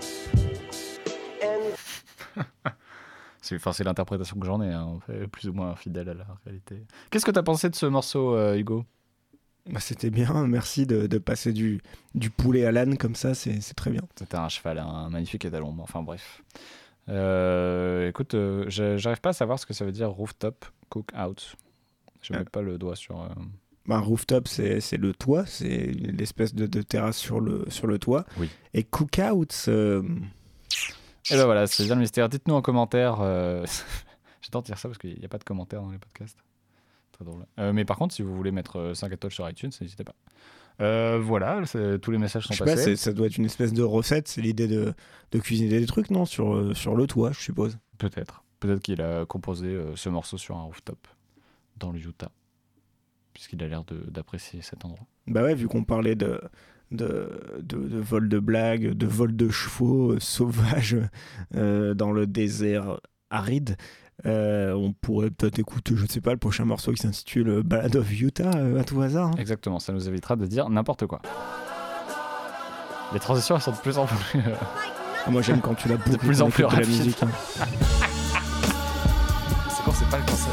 C'est, enfin, c'est l'interprétation que j'en ai, hein, plus ou moins fidèle à la réalité. Qu'est-ce que t'as pensé de ce morceau, euh, Hugo ? Bah, c'était bien, merci de, de passer du, du poulet à l'âne comme ça, c'est, c'est très bien. C'était un cheval, un magnifique étalon, enfin bref. Euh, écoute, euh, j'arrive pas à savoir ce que ça veut dire rooftop cookout. Je mets Ah. pas le doigt sur. Euh... Bah, rooftop, c'est, c'est le toit, c'est l'espèce de, de terrasse sur le, sur le toit. Oui. Et cookouts, euh... Et ben voilà, c'est bien le mystère. Dites-nous en commentaire. Euh... J'adore dire ça parce qu'il n'y a pas de commentaires dans les podcasts. Très drôle. Euh, mais par contre, si vous voulez mettre cinq étoiles sur iTunes, n'hésitez pas. Euh, voilà, c'est, tous les messages sont je sais passés. pas, c'est, ça doit être une espèce de recette, c'est l'idée de, de cuisiner des trucs, non, sur, euh, sur le toit, je suppose. Peut-être. Peut-être qu'il a composé euh, ce morceau sur un rooftop dans le Utah, puisqu'il a l'air de, d'apprécier cet endroit. Bah ouais, vu qu'on parlait de, de, de, de vol de blagues, de vol de chevaux euh, sauvages euh, dans le désert aride, euh, on pourrait peut-être écouter, je ne sais pas, le prochain morceau qui s'intitule Ballad of Utah, euh, à tout hasard. Hein. Exactement, ça nous évitera de dire n'importe quoi. Les transitions elles sont de plus en plus... euh, Ah, moi j'aime quand tu l'as beaucoup plus en plus de la rapide. musique. Hein. C'est quand c'est pas le concept.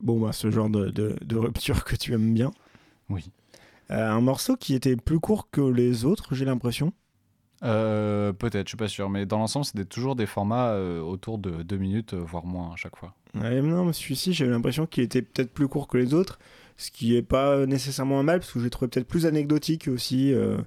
Bon, bah, ce genre de, de, de rupture que tu aimes bien. Oui. Euh, un morceau qui était plus court que les autres, j'ai l'impression. Euh, peut-être, je suis pas sûr, mais dans l'ensemble, c'était toujours des formats euh, autour de deux minutes, euh, voire moins à chaque fois. Ouais, non, mais celui-ci, j'avais l'impression qu'il était peut-être plus court que les autres, ce qui est pas nécessairement un mal, parce que j'ai trouvé peut-être plus anecdotique aussi. Euh,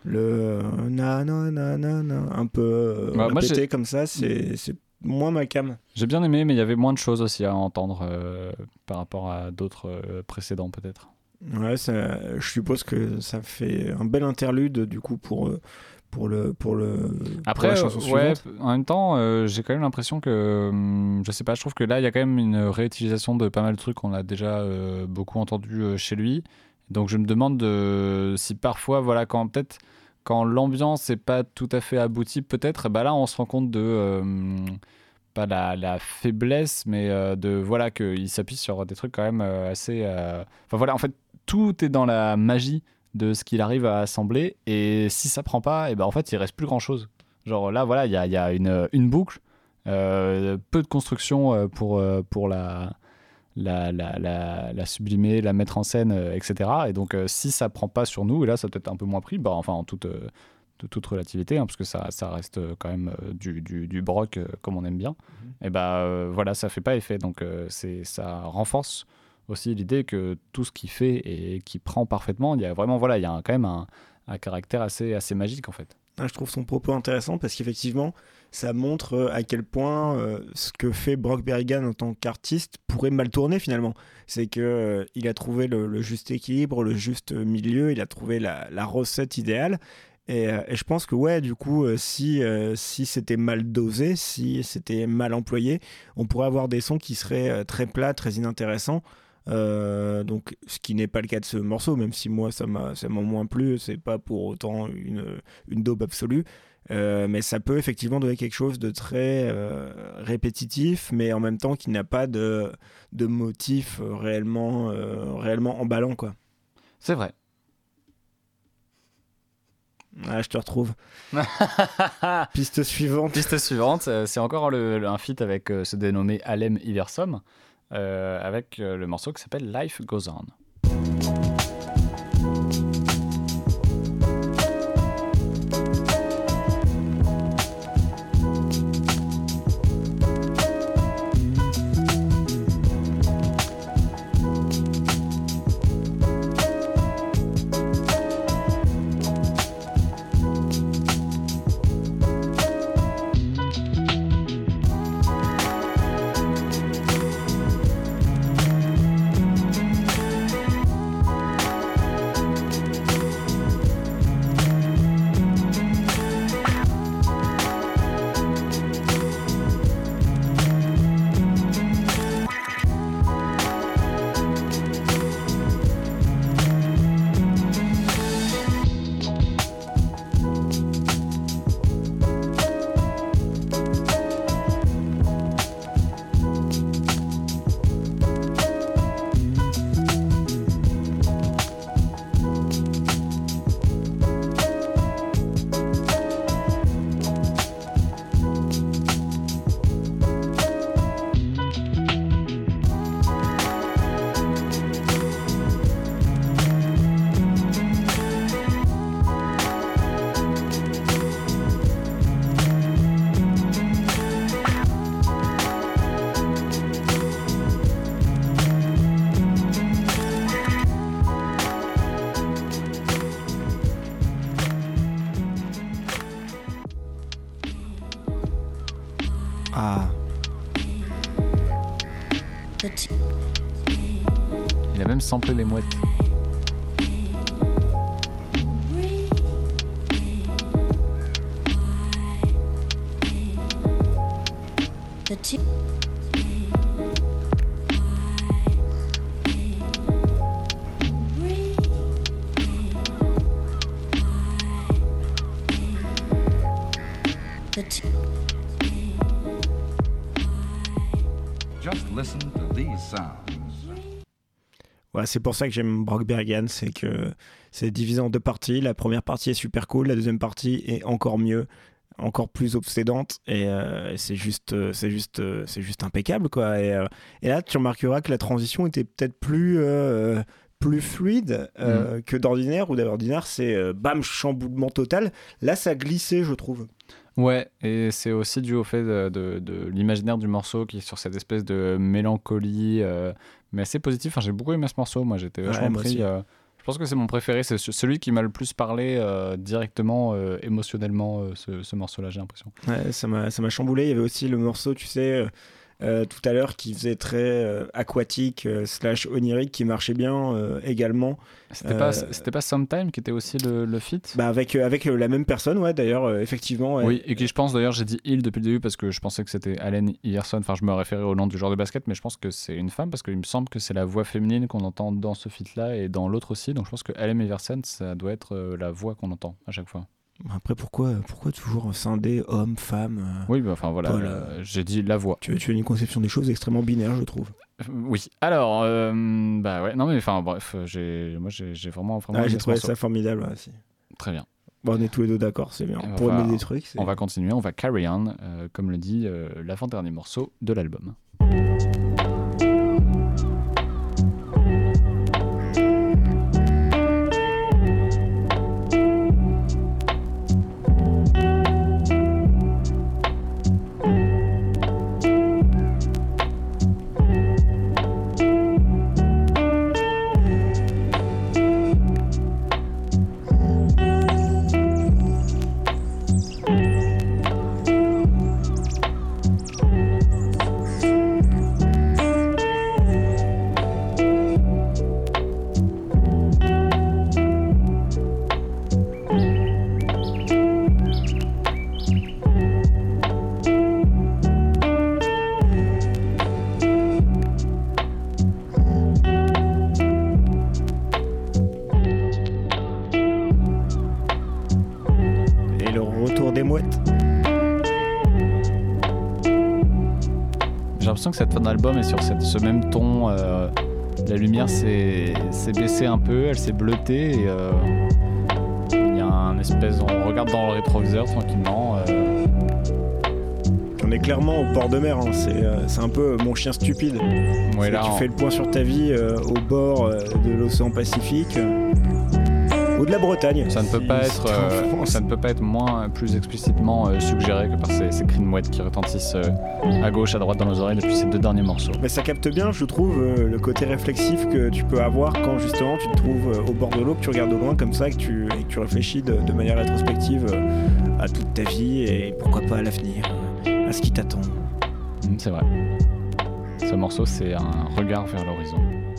le na na na na na, un peu euh, Bah, moi, répété j'ai- comme ça, c'est, c'est moins ma cam. J'ai bien aimé, mais il y avait moins de choses aussi à entendre euh, par rapport à d'autres euh, précédents, peut-être. Ouais, ça, je suppose que ça fait un bel interlude du coup pour euh, pour le pour le Après, pour la chanson euh, ouais, suivante. en même temps, euh, j'ai quand même l'impression que, hum, je sais pas, je trouve que là, il y a quand même une réutilisation de pas mal de trucs qu'on a déjà euh, beaucoup entendu euh, chez lui. Donc, je me demande de, si parfois, voilà, quand peut-être quand l'ambiance est pas tout à fait aboutie, peut-être, bah là, on se rend compte de euh, pas la, la faiblesse, mais euh, de voilà qu'il s'appuie sur des trucs quand même euh, assez. euh, Enfin voilà, en fait, tout est dans la magie de ce qu'il arrive à assembler, et si ça prend pas, et ben en fait il reste plus grand chose. Genre là voilà, il y a, il y a une, une boucle, euh, peu de construction euh, pour, euh, pour la, la, la, la, la sublimer, la mettre en scène, euh, et cetera. Et donc euh, si ça prend pas sur nous, et là ça peut être un peu moins pris, bah, enfin en toute, euh, de toute relativité, hein, parce que ça, ça reste euh, quand même euh, du, du, du broc euh, comme on aime bien, et bah euh, voilà, ça fait pas effet, donc euh, c'est, ça renforce aussi l'idée que tout ce qu'il fait et qu'il prend parfaitement, il y a vraiment, voilà, il y a un, quand même un, un caractère assez, assez magique en fait. Ah, je trouve son propos intéressant parce qu'effectivement, ça montre euh, à quel point euh, ce que fait Brock Berrigan en tant qu'artiste pourrait mal tourner finalement. C'est que euh, il a trouvé le, le juste équilibre, le juste milieu, il a trouvé la, la recette idéale. Et, euh, et je pense que ouais, du coup, euh, si, euh, si c'était mal dosé, si c'était mal employé, on pourrait avoir des sons qui seraient euh, très plats, très inintéressants. Euh, donc, ce qui n'est pas le cas de ce morceau, même si moi ça m'a, ça m'a moins plu, c'est pas pour autant une, une daube absolue. Euh, mais ça peut effectivement donner quelque chose de très euh, répétitif, mais en même temps qui n'a pas de, de motif réellement, euh, réellement emballant, quoi. C'est vrai. Ah, je te retrouve. Piste suivante. Piste suivante, euh, c'est encore le, le- un feat avec euh, ce dénommé Alem Iversom, euh, avec euh, le morceau qui s'appelle Life Goes On. Ah, Il a même samplé les mouettes. Just listen to these sounds. ouais, c'est pour ça que j'aime Brock Berrigan, c'est que c'est divisé en deux parties. La première partie est super cool, la deuxième partie est encore mieux. encore plus obsédante et, euh, et c'est juste c'est juste c'est juste impeccable quoi. Et, euh, et là tu remarqueras que la transition était peut-être plus euh, plus fluide euh, mmh. que d'ordinaire, ou d'ordinaire c'est euh, bam, chamboulement total. Là ça glissait, je trouve. Ouais, et c'est aussi dû au fait de, de, de l'imaginaire du morceau qui est sur cette espèce de mélancolie euh, mais assez positif. Enfin, j'ai beaucoup aimé ce morceau, moi j'étais vachement ouais, pris euh, je pense que c'est mon préféré, c'est celui qui m'a le plus parlé euh, directement, euh, émotionnellement, euh, ce, ce morceau-là, j'ai l'impression. Ouais, ça m'a, ça m'a chamboulé. Il y avait aussi le morceau, tu sais, euh, euh, tout à l'heure, qui faisait très euh, aquatique, euh, slash onirique, qui marchait bien euh, également. C'était, euh, pas, c'était pas Sometime qui était aussi le, le feat bah avec, euh, avec euh, la même personne, ouais, d'ailleurs, euh, effectivement. Ouais. Oui, et qui je pense, d'ailleurs, j'ai dit il depuis le début parce que je pensais que c'était Allen Iverson. Enfin, je me référais au nom du joueur de basket, mais je pense que c'est une femme parce qu'il me semble que c'est la voix féminine qu'on entend dans ce feat-là et dans l'autre aussi. Donc je pense que Allen Iverson, ça doit être euh, la voix qu'on entend à chaque fois. Après, pourquoi, pourquoi toujours scinder homme, femme euh, Oui, bah, enfin voilà, Paul, euh, j'ai dit la voix. Tu, tu as une conception des choses extrêmement binaire, je trouve. Euh, oui. Alors, euh, bah ouais, non mais enfin bref, j'ai, moi j'ai, j'ai vraiment, vraiment. Ah, j'ai trouvé ça formidable aussi. Très bien. Bon, on est tous les deux d'accord, c'est bien. On Pour va, aimer des trucs. C'est... On va continuer, on va carry on, euh, comme le dit euh, l'avant-dernier morceau de l'album. Que cette fin d'album est sur cette, ce même ton, euh, la lumière s'est, s'est baissée un peu, elle s'est bleutée et euh, il y a un espèce, on regarde dans le rétroviseur tranquillement. Euh... On est clairement au bord de mer, hein. c'est, euh, c'est un peu mon chien stupide. Ouais, là, tu on... fais le point sur ta vie euh, au bord euh, de l'océan Pacifique. Euh... ou de la Bretagne. Ça ne peut si, pas si être, euh, ça ne peut pas être moins plus explicitement euh, suggéré que par ces, ces cris de mouettes qui retentissent euh, à gauche, à droite dans nos oreilles depuis ces deux derniers morceaux. Mais ça capte bien, je trouve, euh, le côté réflexif que tu peux avoir quand justement tu te trouves euh, au bord de l'eau, que tu regardes au loin comme ça et que tu, et que tu réfléchis de, de manière rétrospective euh, à toute ta vie et pourquoi pas à l'avenir, euh, à ce qui t'attend. Mmh, c'est vrai. Ce morceau, c'est un regard vers l'horizon.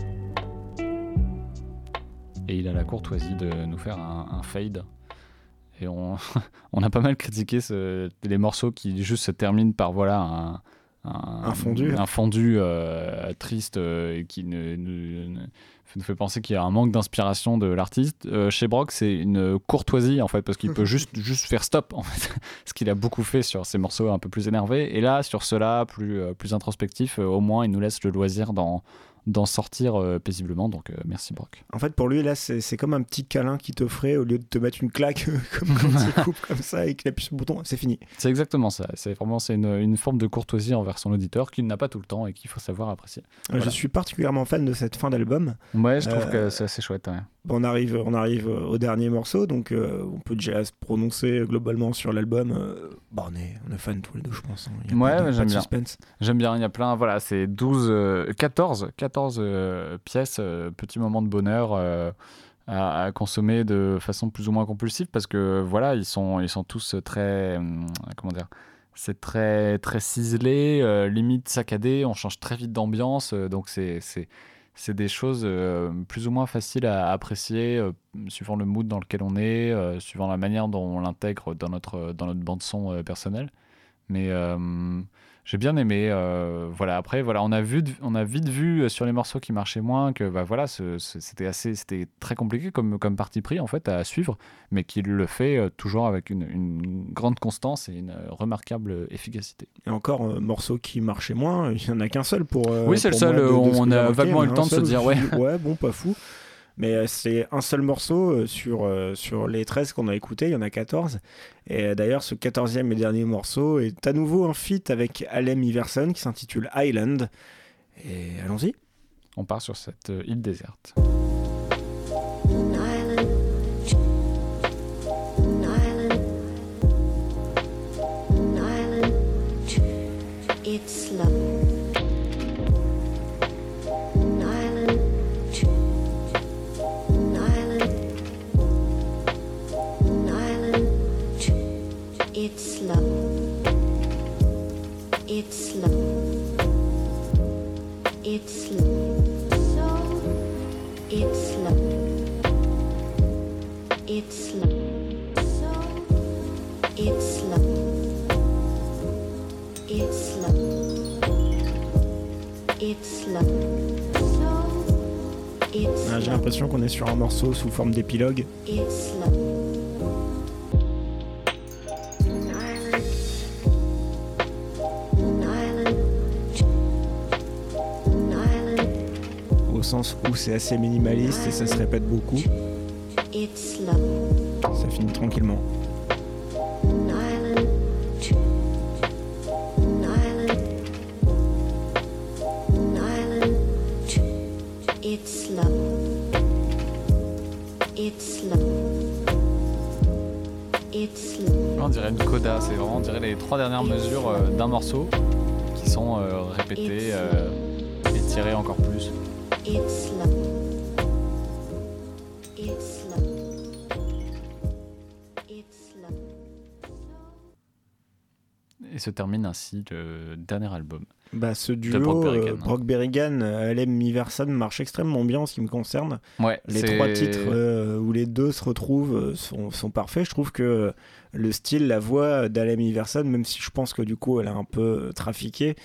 Et il a la courtoisie de nous faire un, un fade. Et on, on a pas mal critiqué ce, les morceaux qui juste se terminent par voilà un, un, un fondu, un fondu euh, triste euh, et qui ne, ne, ne, nous fait penser qu'il y a un manque d'inspiration de l'artiste. Euh, chez Brock, c'est une courtoisie en fait, parce qu'il peut juste, juste faire stop en fait, ce qu'il a beaucoup fait sur ces morceaux un peu plus énervés. Et là, sur ceux-là, plus, euh, plus introspectifs, euh, au moins il nous laisse le loisir dans d'en sortir euh, paisiblement, donc euh, merci Brock. En fait pour lui là c'est, c'est comme un petit câlin qu'il t'offrait au lieu de te mettre une claque comme quand il coupe comme ça et qu'il appuie sur le bouton, c'est fini. C'est exactement ça, c'est vraiment c'est une, une forme de courtoisie envers son auditeur qu'il n'a pas tout le temps et qu'il faut savoir apprécier. Voilà. Je suis particulièrement fan de cette fin d'album. Ouais, je trouve euh, que c'est assez chouette. Ouais. Bon, on arrive, on arrive au dernier morceau, donc euh, on peut déjà se prononcer globalement sur l'album. Euh, bon, on est, on est fans tous les deux, je pense. Hein. Il y a ouais, pas de, j'aime pas de bien. suspense. J'aime bien, il y a plein, voilà, c'est douze, euh, quatorze, quatorze euh, pièces, euh, petits moments de bonheur euh, à, à consommer de façon plus ou moins compulsive, parce que voilà, ils sont, ils sont tous très, hum, comment dire, c'est très, très ciselé, euh, limite saccadé, on change très vite d'ambiance, euh, donc c'est, c'est, c'est des choses euh, plus ou moins faciles à apprécier, euh, suivant le mood dans lequel on est, euh, suivant la manière dont on l'intègre dans notre, dans notre bande-son euh, personnelle. Mais euh, j'ai bien aimé. Euh, voilà. Après, voilà, on a vu, on a vite vu sur les morceaux qui marchaient moins que, bah voilà, ce, ce, c'était assez, c'était très compliqué comme, comme parti pris en fait à suivre, mais qu'il le fait euh, toujours avec une, une grande constance et une euh, remarquable efficacité. Et encore, euh, morceau qui marchait moins, il n'y en a qu'un seul pour. Euh, oui, c'est pour le seul. De, de on a remarqué, vaguement eu le temps de se dire, ouais. Ouais, bon, pas fou. Mais euh, c'est un seul morceau euh, sur, euh, sur les treize qu'on a écoutés, il y en a quatorze. Et euh, d'ailleurs, ce quatorzième et dernier morceau est à nouveau un feat avec Alem Iverson qui s'intitule Island. Et allons-y. On part sur cette euh, île déserte. It's love. An island, an island, an island. It's love. It's love. It's love. So it's love. It's love. So it's love. It's love. It's love. So it's Ah, j'ai l'impression qu'on est sur un morceau sous forme d'épilogue. It's love. An island. An island. An island. Au sens où c'est assez minimaliste et ça se répète beaucoup. It's love. Ça finit tranquillement. An island. An island. An island. It's love. It's love. It's love. On dirait une coda, c'est vraiment, on dirait les trois dernières mesures euh, d'un morceau qui sont euh, répétées, euh, étirées encore plus. It's love. It's love. It's love. Et se termine ainsi le dernier album. Bah, ce De duo, Brock Berrigan, euh, hein. Brock Berrigan, Alem Iverson, marche extrêmement bien en ce qui me concerne. Ouais, Les c'est- trois titres euh, où les deux se retrouvent euh, sont, sont parfaits. Je trouve que le style, la voix d'Alem Iverson, même si je pense que du coup elle a un peu trafiqué,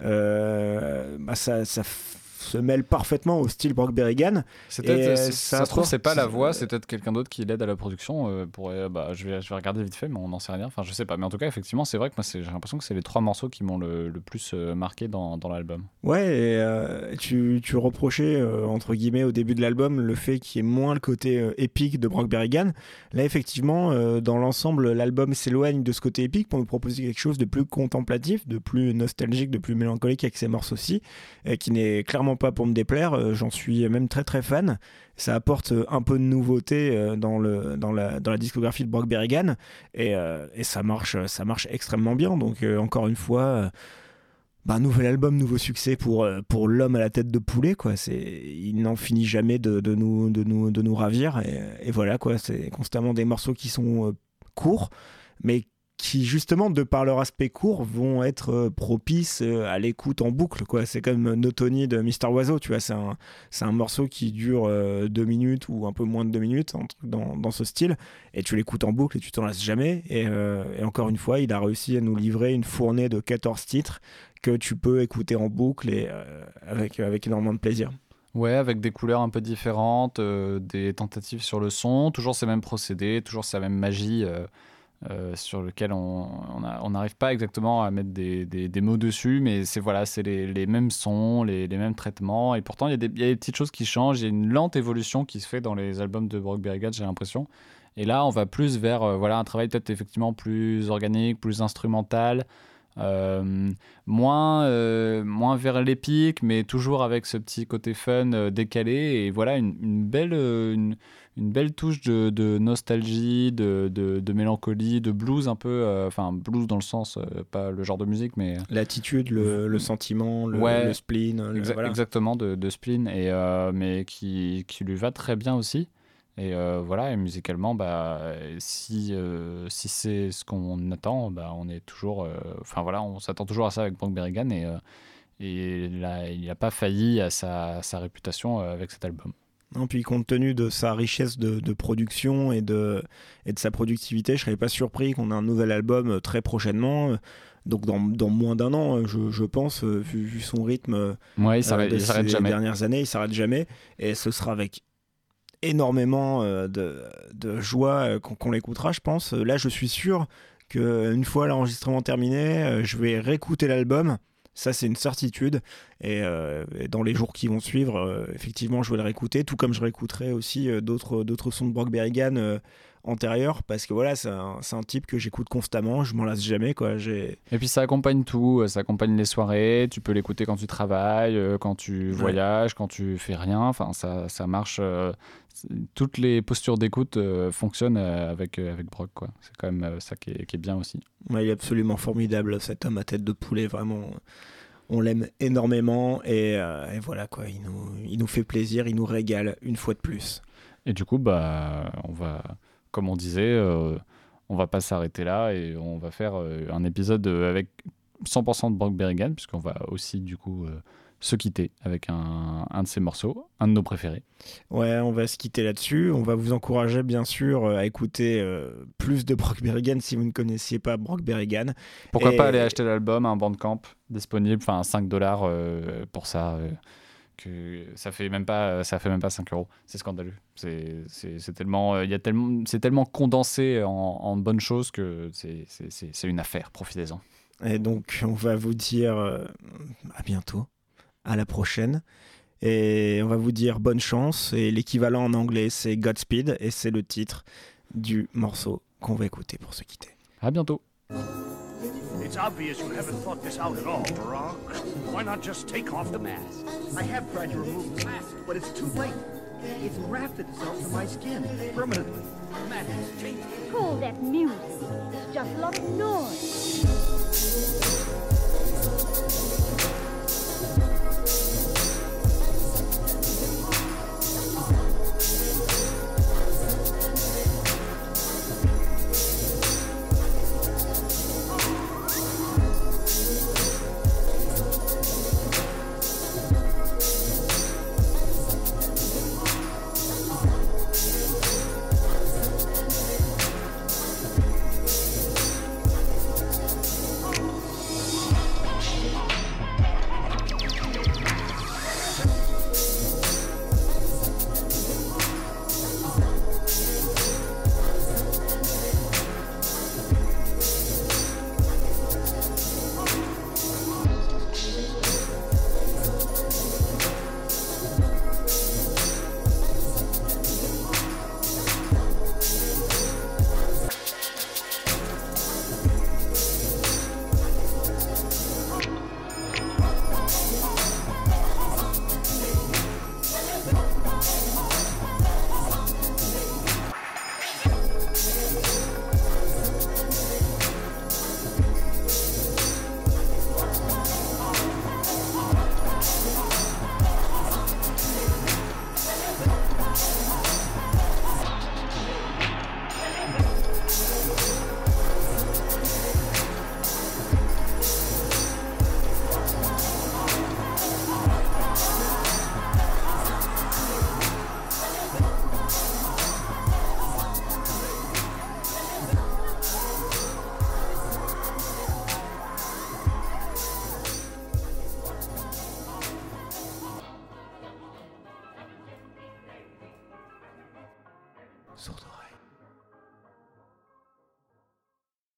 euh, bah ça, ça f- se mêle parfaitement au style Brock Berrigan. C'est Et, peut-être, euh, c'est- ça ça se trouve, c'est pas la apporte, voix, euh, c'est peut-être quelqu'un d'autre qui l'aide à la production. Euh, pour, euh, bah, je, vais, je vais regarder vite fait, mais on n'en sait rien. Enfin, je sais pas. Mais en tout cas, effectivement, c'est vrai que moi, c'est- j'ai l'impression que c'est les trois morceaux qui m'ont le, le plus euh, marqué dans, dans l'album. Ouais, et, euh, tu, tu reprochais, euh, entre guillemets, au début de l'album, le fait qu'il y ait moins le côté euh, épique de Brock Berrigan. Là, effectivement, euh, dans l'ensemble, l'album s'éloigne de ce côté épique pour nous proposer quelque chose de plus contemplatif, de plus nostalgique, de plus mélancolique avec ses morceaux-ci, euh, qui n'est clairement pas pour me déplaire. Euh, j'en suis même très très fan. Ça apporte euh, un peu de nouveauté euh, dans, le, dans, la, dans la discographie de Brock Berrigan, et, euh, et ça, marche, ça marche extrêmement bien. Donc, euh, encore une fois... euh, Bah, nouvel album, nouveau succès pour, euh, pour l'homme à la tête de poulet, quoi. C'est, il n'en finit jamais de, de, nous, de, nous, de nous ravir. Et, et voilà, quoi. C'est constamment des morceaux qui sont euh, courts, mais qui, justement, de par leur aspect court, vont être euh, propices euh, à l'écoute en boucle, quoi. C'est comme Notoni de Mister Oiseau, tu vois. C'est un, c'est un morceau qui dure euh, deux minutes ou un peu moins de deux minutes, un truc dans, dans ce style. Et tu l'écoutes en boucle et tu t'en lasses jamais. Et, euh, et encore une fois, il a réussi à nous livrer une fournée de quatorze titres que tu peux écouter en boucle et euh, avec, avec énormément de plaisir. Ouais, avec des couleurs un peu différentes, euh, des tentatives sur le son, toujours ces mêmes procédés, toujours cette même magie euh, euh, sur lequel on n'arrive pas exactement à mettre des, des, des mots dessus, mais c'est voilà, c'est les, les mêmes sons, les, les mêmes traitements, et pourtant il y, a des- il y a des petites choses qui changent, il y a une lente évolution qui se fait dans les albums de Brock Berrigan, j'ai l'impression. Et là, on va plus vers euh, voilà, un travail peut-être effectivement plus organique, plus instrumental, euh, moins, euh, moins vers l'épique, mais toujours avec ce petit côté fun euh, décalé. Et voilà, une, une, belle, euh, une, une belle touche de, de nostalgie, de, de, de mélancolie, de blues un peu. euh, Enfin, blues dans le sens, euh, pas le genre de musique, mais. L'attitude, le, le sentiment, le, Ouais, le spleen. le- Exa- voilà. Exactement, de, de spleen, et, euh, mais qui, qui lui va très bien aussi. Et euh, voilà, et musicalement, bah, si, euh, si c'est ce qu'on attend, bah, on est toujours. euh, Enfin voilà, on s'attend toujours à ça avec Brock Berrigan, et, euh, et là, il n'a pas failli à sa, à sa réputation euh, avec cet album. Non, puis compte tenu de sa richesse de, de production et de, et de sa productivité, je serais pas surpris qu'on ait un nouvel album très prochainement. Donc dans, dans moins d'un an, je, je pense, vu, vu son rythme Ouais, il euh, s'arrête, de il s'arrête ces jamais. dernières années, il s'arrête jamais. Et ce sera avec énormément euh, de, de joie euh, qu'on, qu'on l'écoutera, je pense. Là, je suis sûr qu'une fois l'enregistrement terminé, euh, je vais réécouter l'album Ça, c'est une certitude. Et, euh, et dans les jours qui vont suivre, euh, effectivement, je vais le réécouter, tout comme je réécouterai aussi euh, d'autres, d'autres sons de Brock Berrigan euh, antérieurs, parce que voilà, c'est un, c'est un type que j'écoute constamment, je m'en lasse jamais, quoi. J'ai... Et puis ça accompagne tout, ça accompagne les soirées, tu peux l'écouter quand tu travailles, euh, quand tu Ouais. voyages, quand tu fais rien, enfin ça, ça marche, euh, c'est- toutes les postures d'écoute euh, fonctionnent euh, avec, euh, avec Brock, quoi. C'est quand même euh, ça qui est, qui est bien aussi. Ouais, il est absolument formidable, cet homme à tête de poulet, vraiment. On l'aime énormément et, euh, et voilà, quoi. Il nous, il nous fait plaisir, il nous régale une fois de plus. Et du coup, bah, on va, comme on disait, euh, on va pas s'arrêter là et on va faire euh, un épisode euh, avec cent pour cent de Brock Berrigan, puisqu'on va aussi du coup euh, se quitter avec un, un de ses morceaux, un de nos préférés. Ouais, on va se quitter là-dessus. On va vous encourager, bien sûr, à écouter euh, plus de Brock Berrigan si vous ne connaissiez pas Brock Berrigan. Pourquoi Et- pas aller acheter l'album, un Bandcamp disponible, enfin cinq dollars euh, pour ça. euh, que ça fait même pas, ça fait même pas cinq euros. C'est scandaleux. C'est, c'est, c'est tellement, euh, il y a tellement, c'est tellement condensé en, en bonnes choses que c'est, c'est, c'est, c'est une affaire. Profitez-en. Et donc, on va vous dire euh, à bientôt, à la prochaine. Et on va vous dire bonne chance. Et l'équivalent en anglais, c'est Godspeed. Et c'est le titre du morceau qu'on va écouter pour se quitter. À bientôt. It's obvious you haven't thought this out at all, Brock. Why not just take off the mask? I have tried to remove the mask, but it's too late. It's grafted itself to my skin permanently. Matt, it's changed. Call that music. It's just a lot of noise. Sourdera.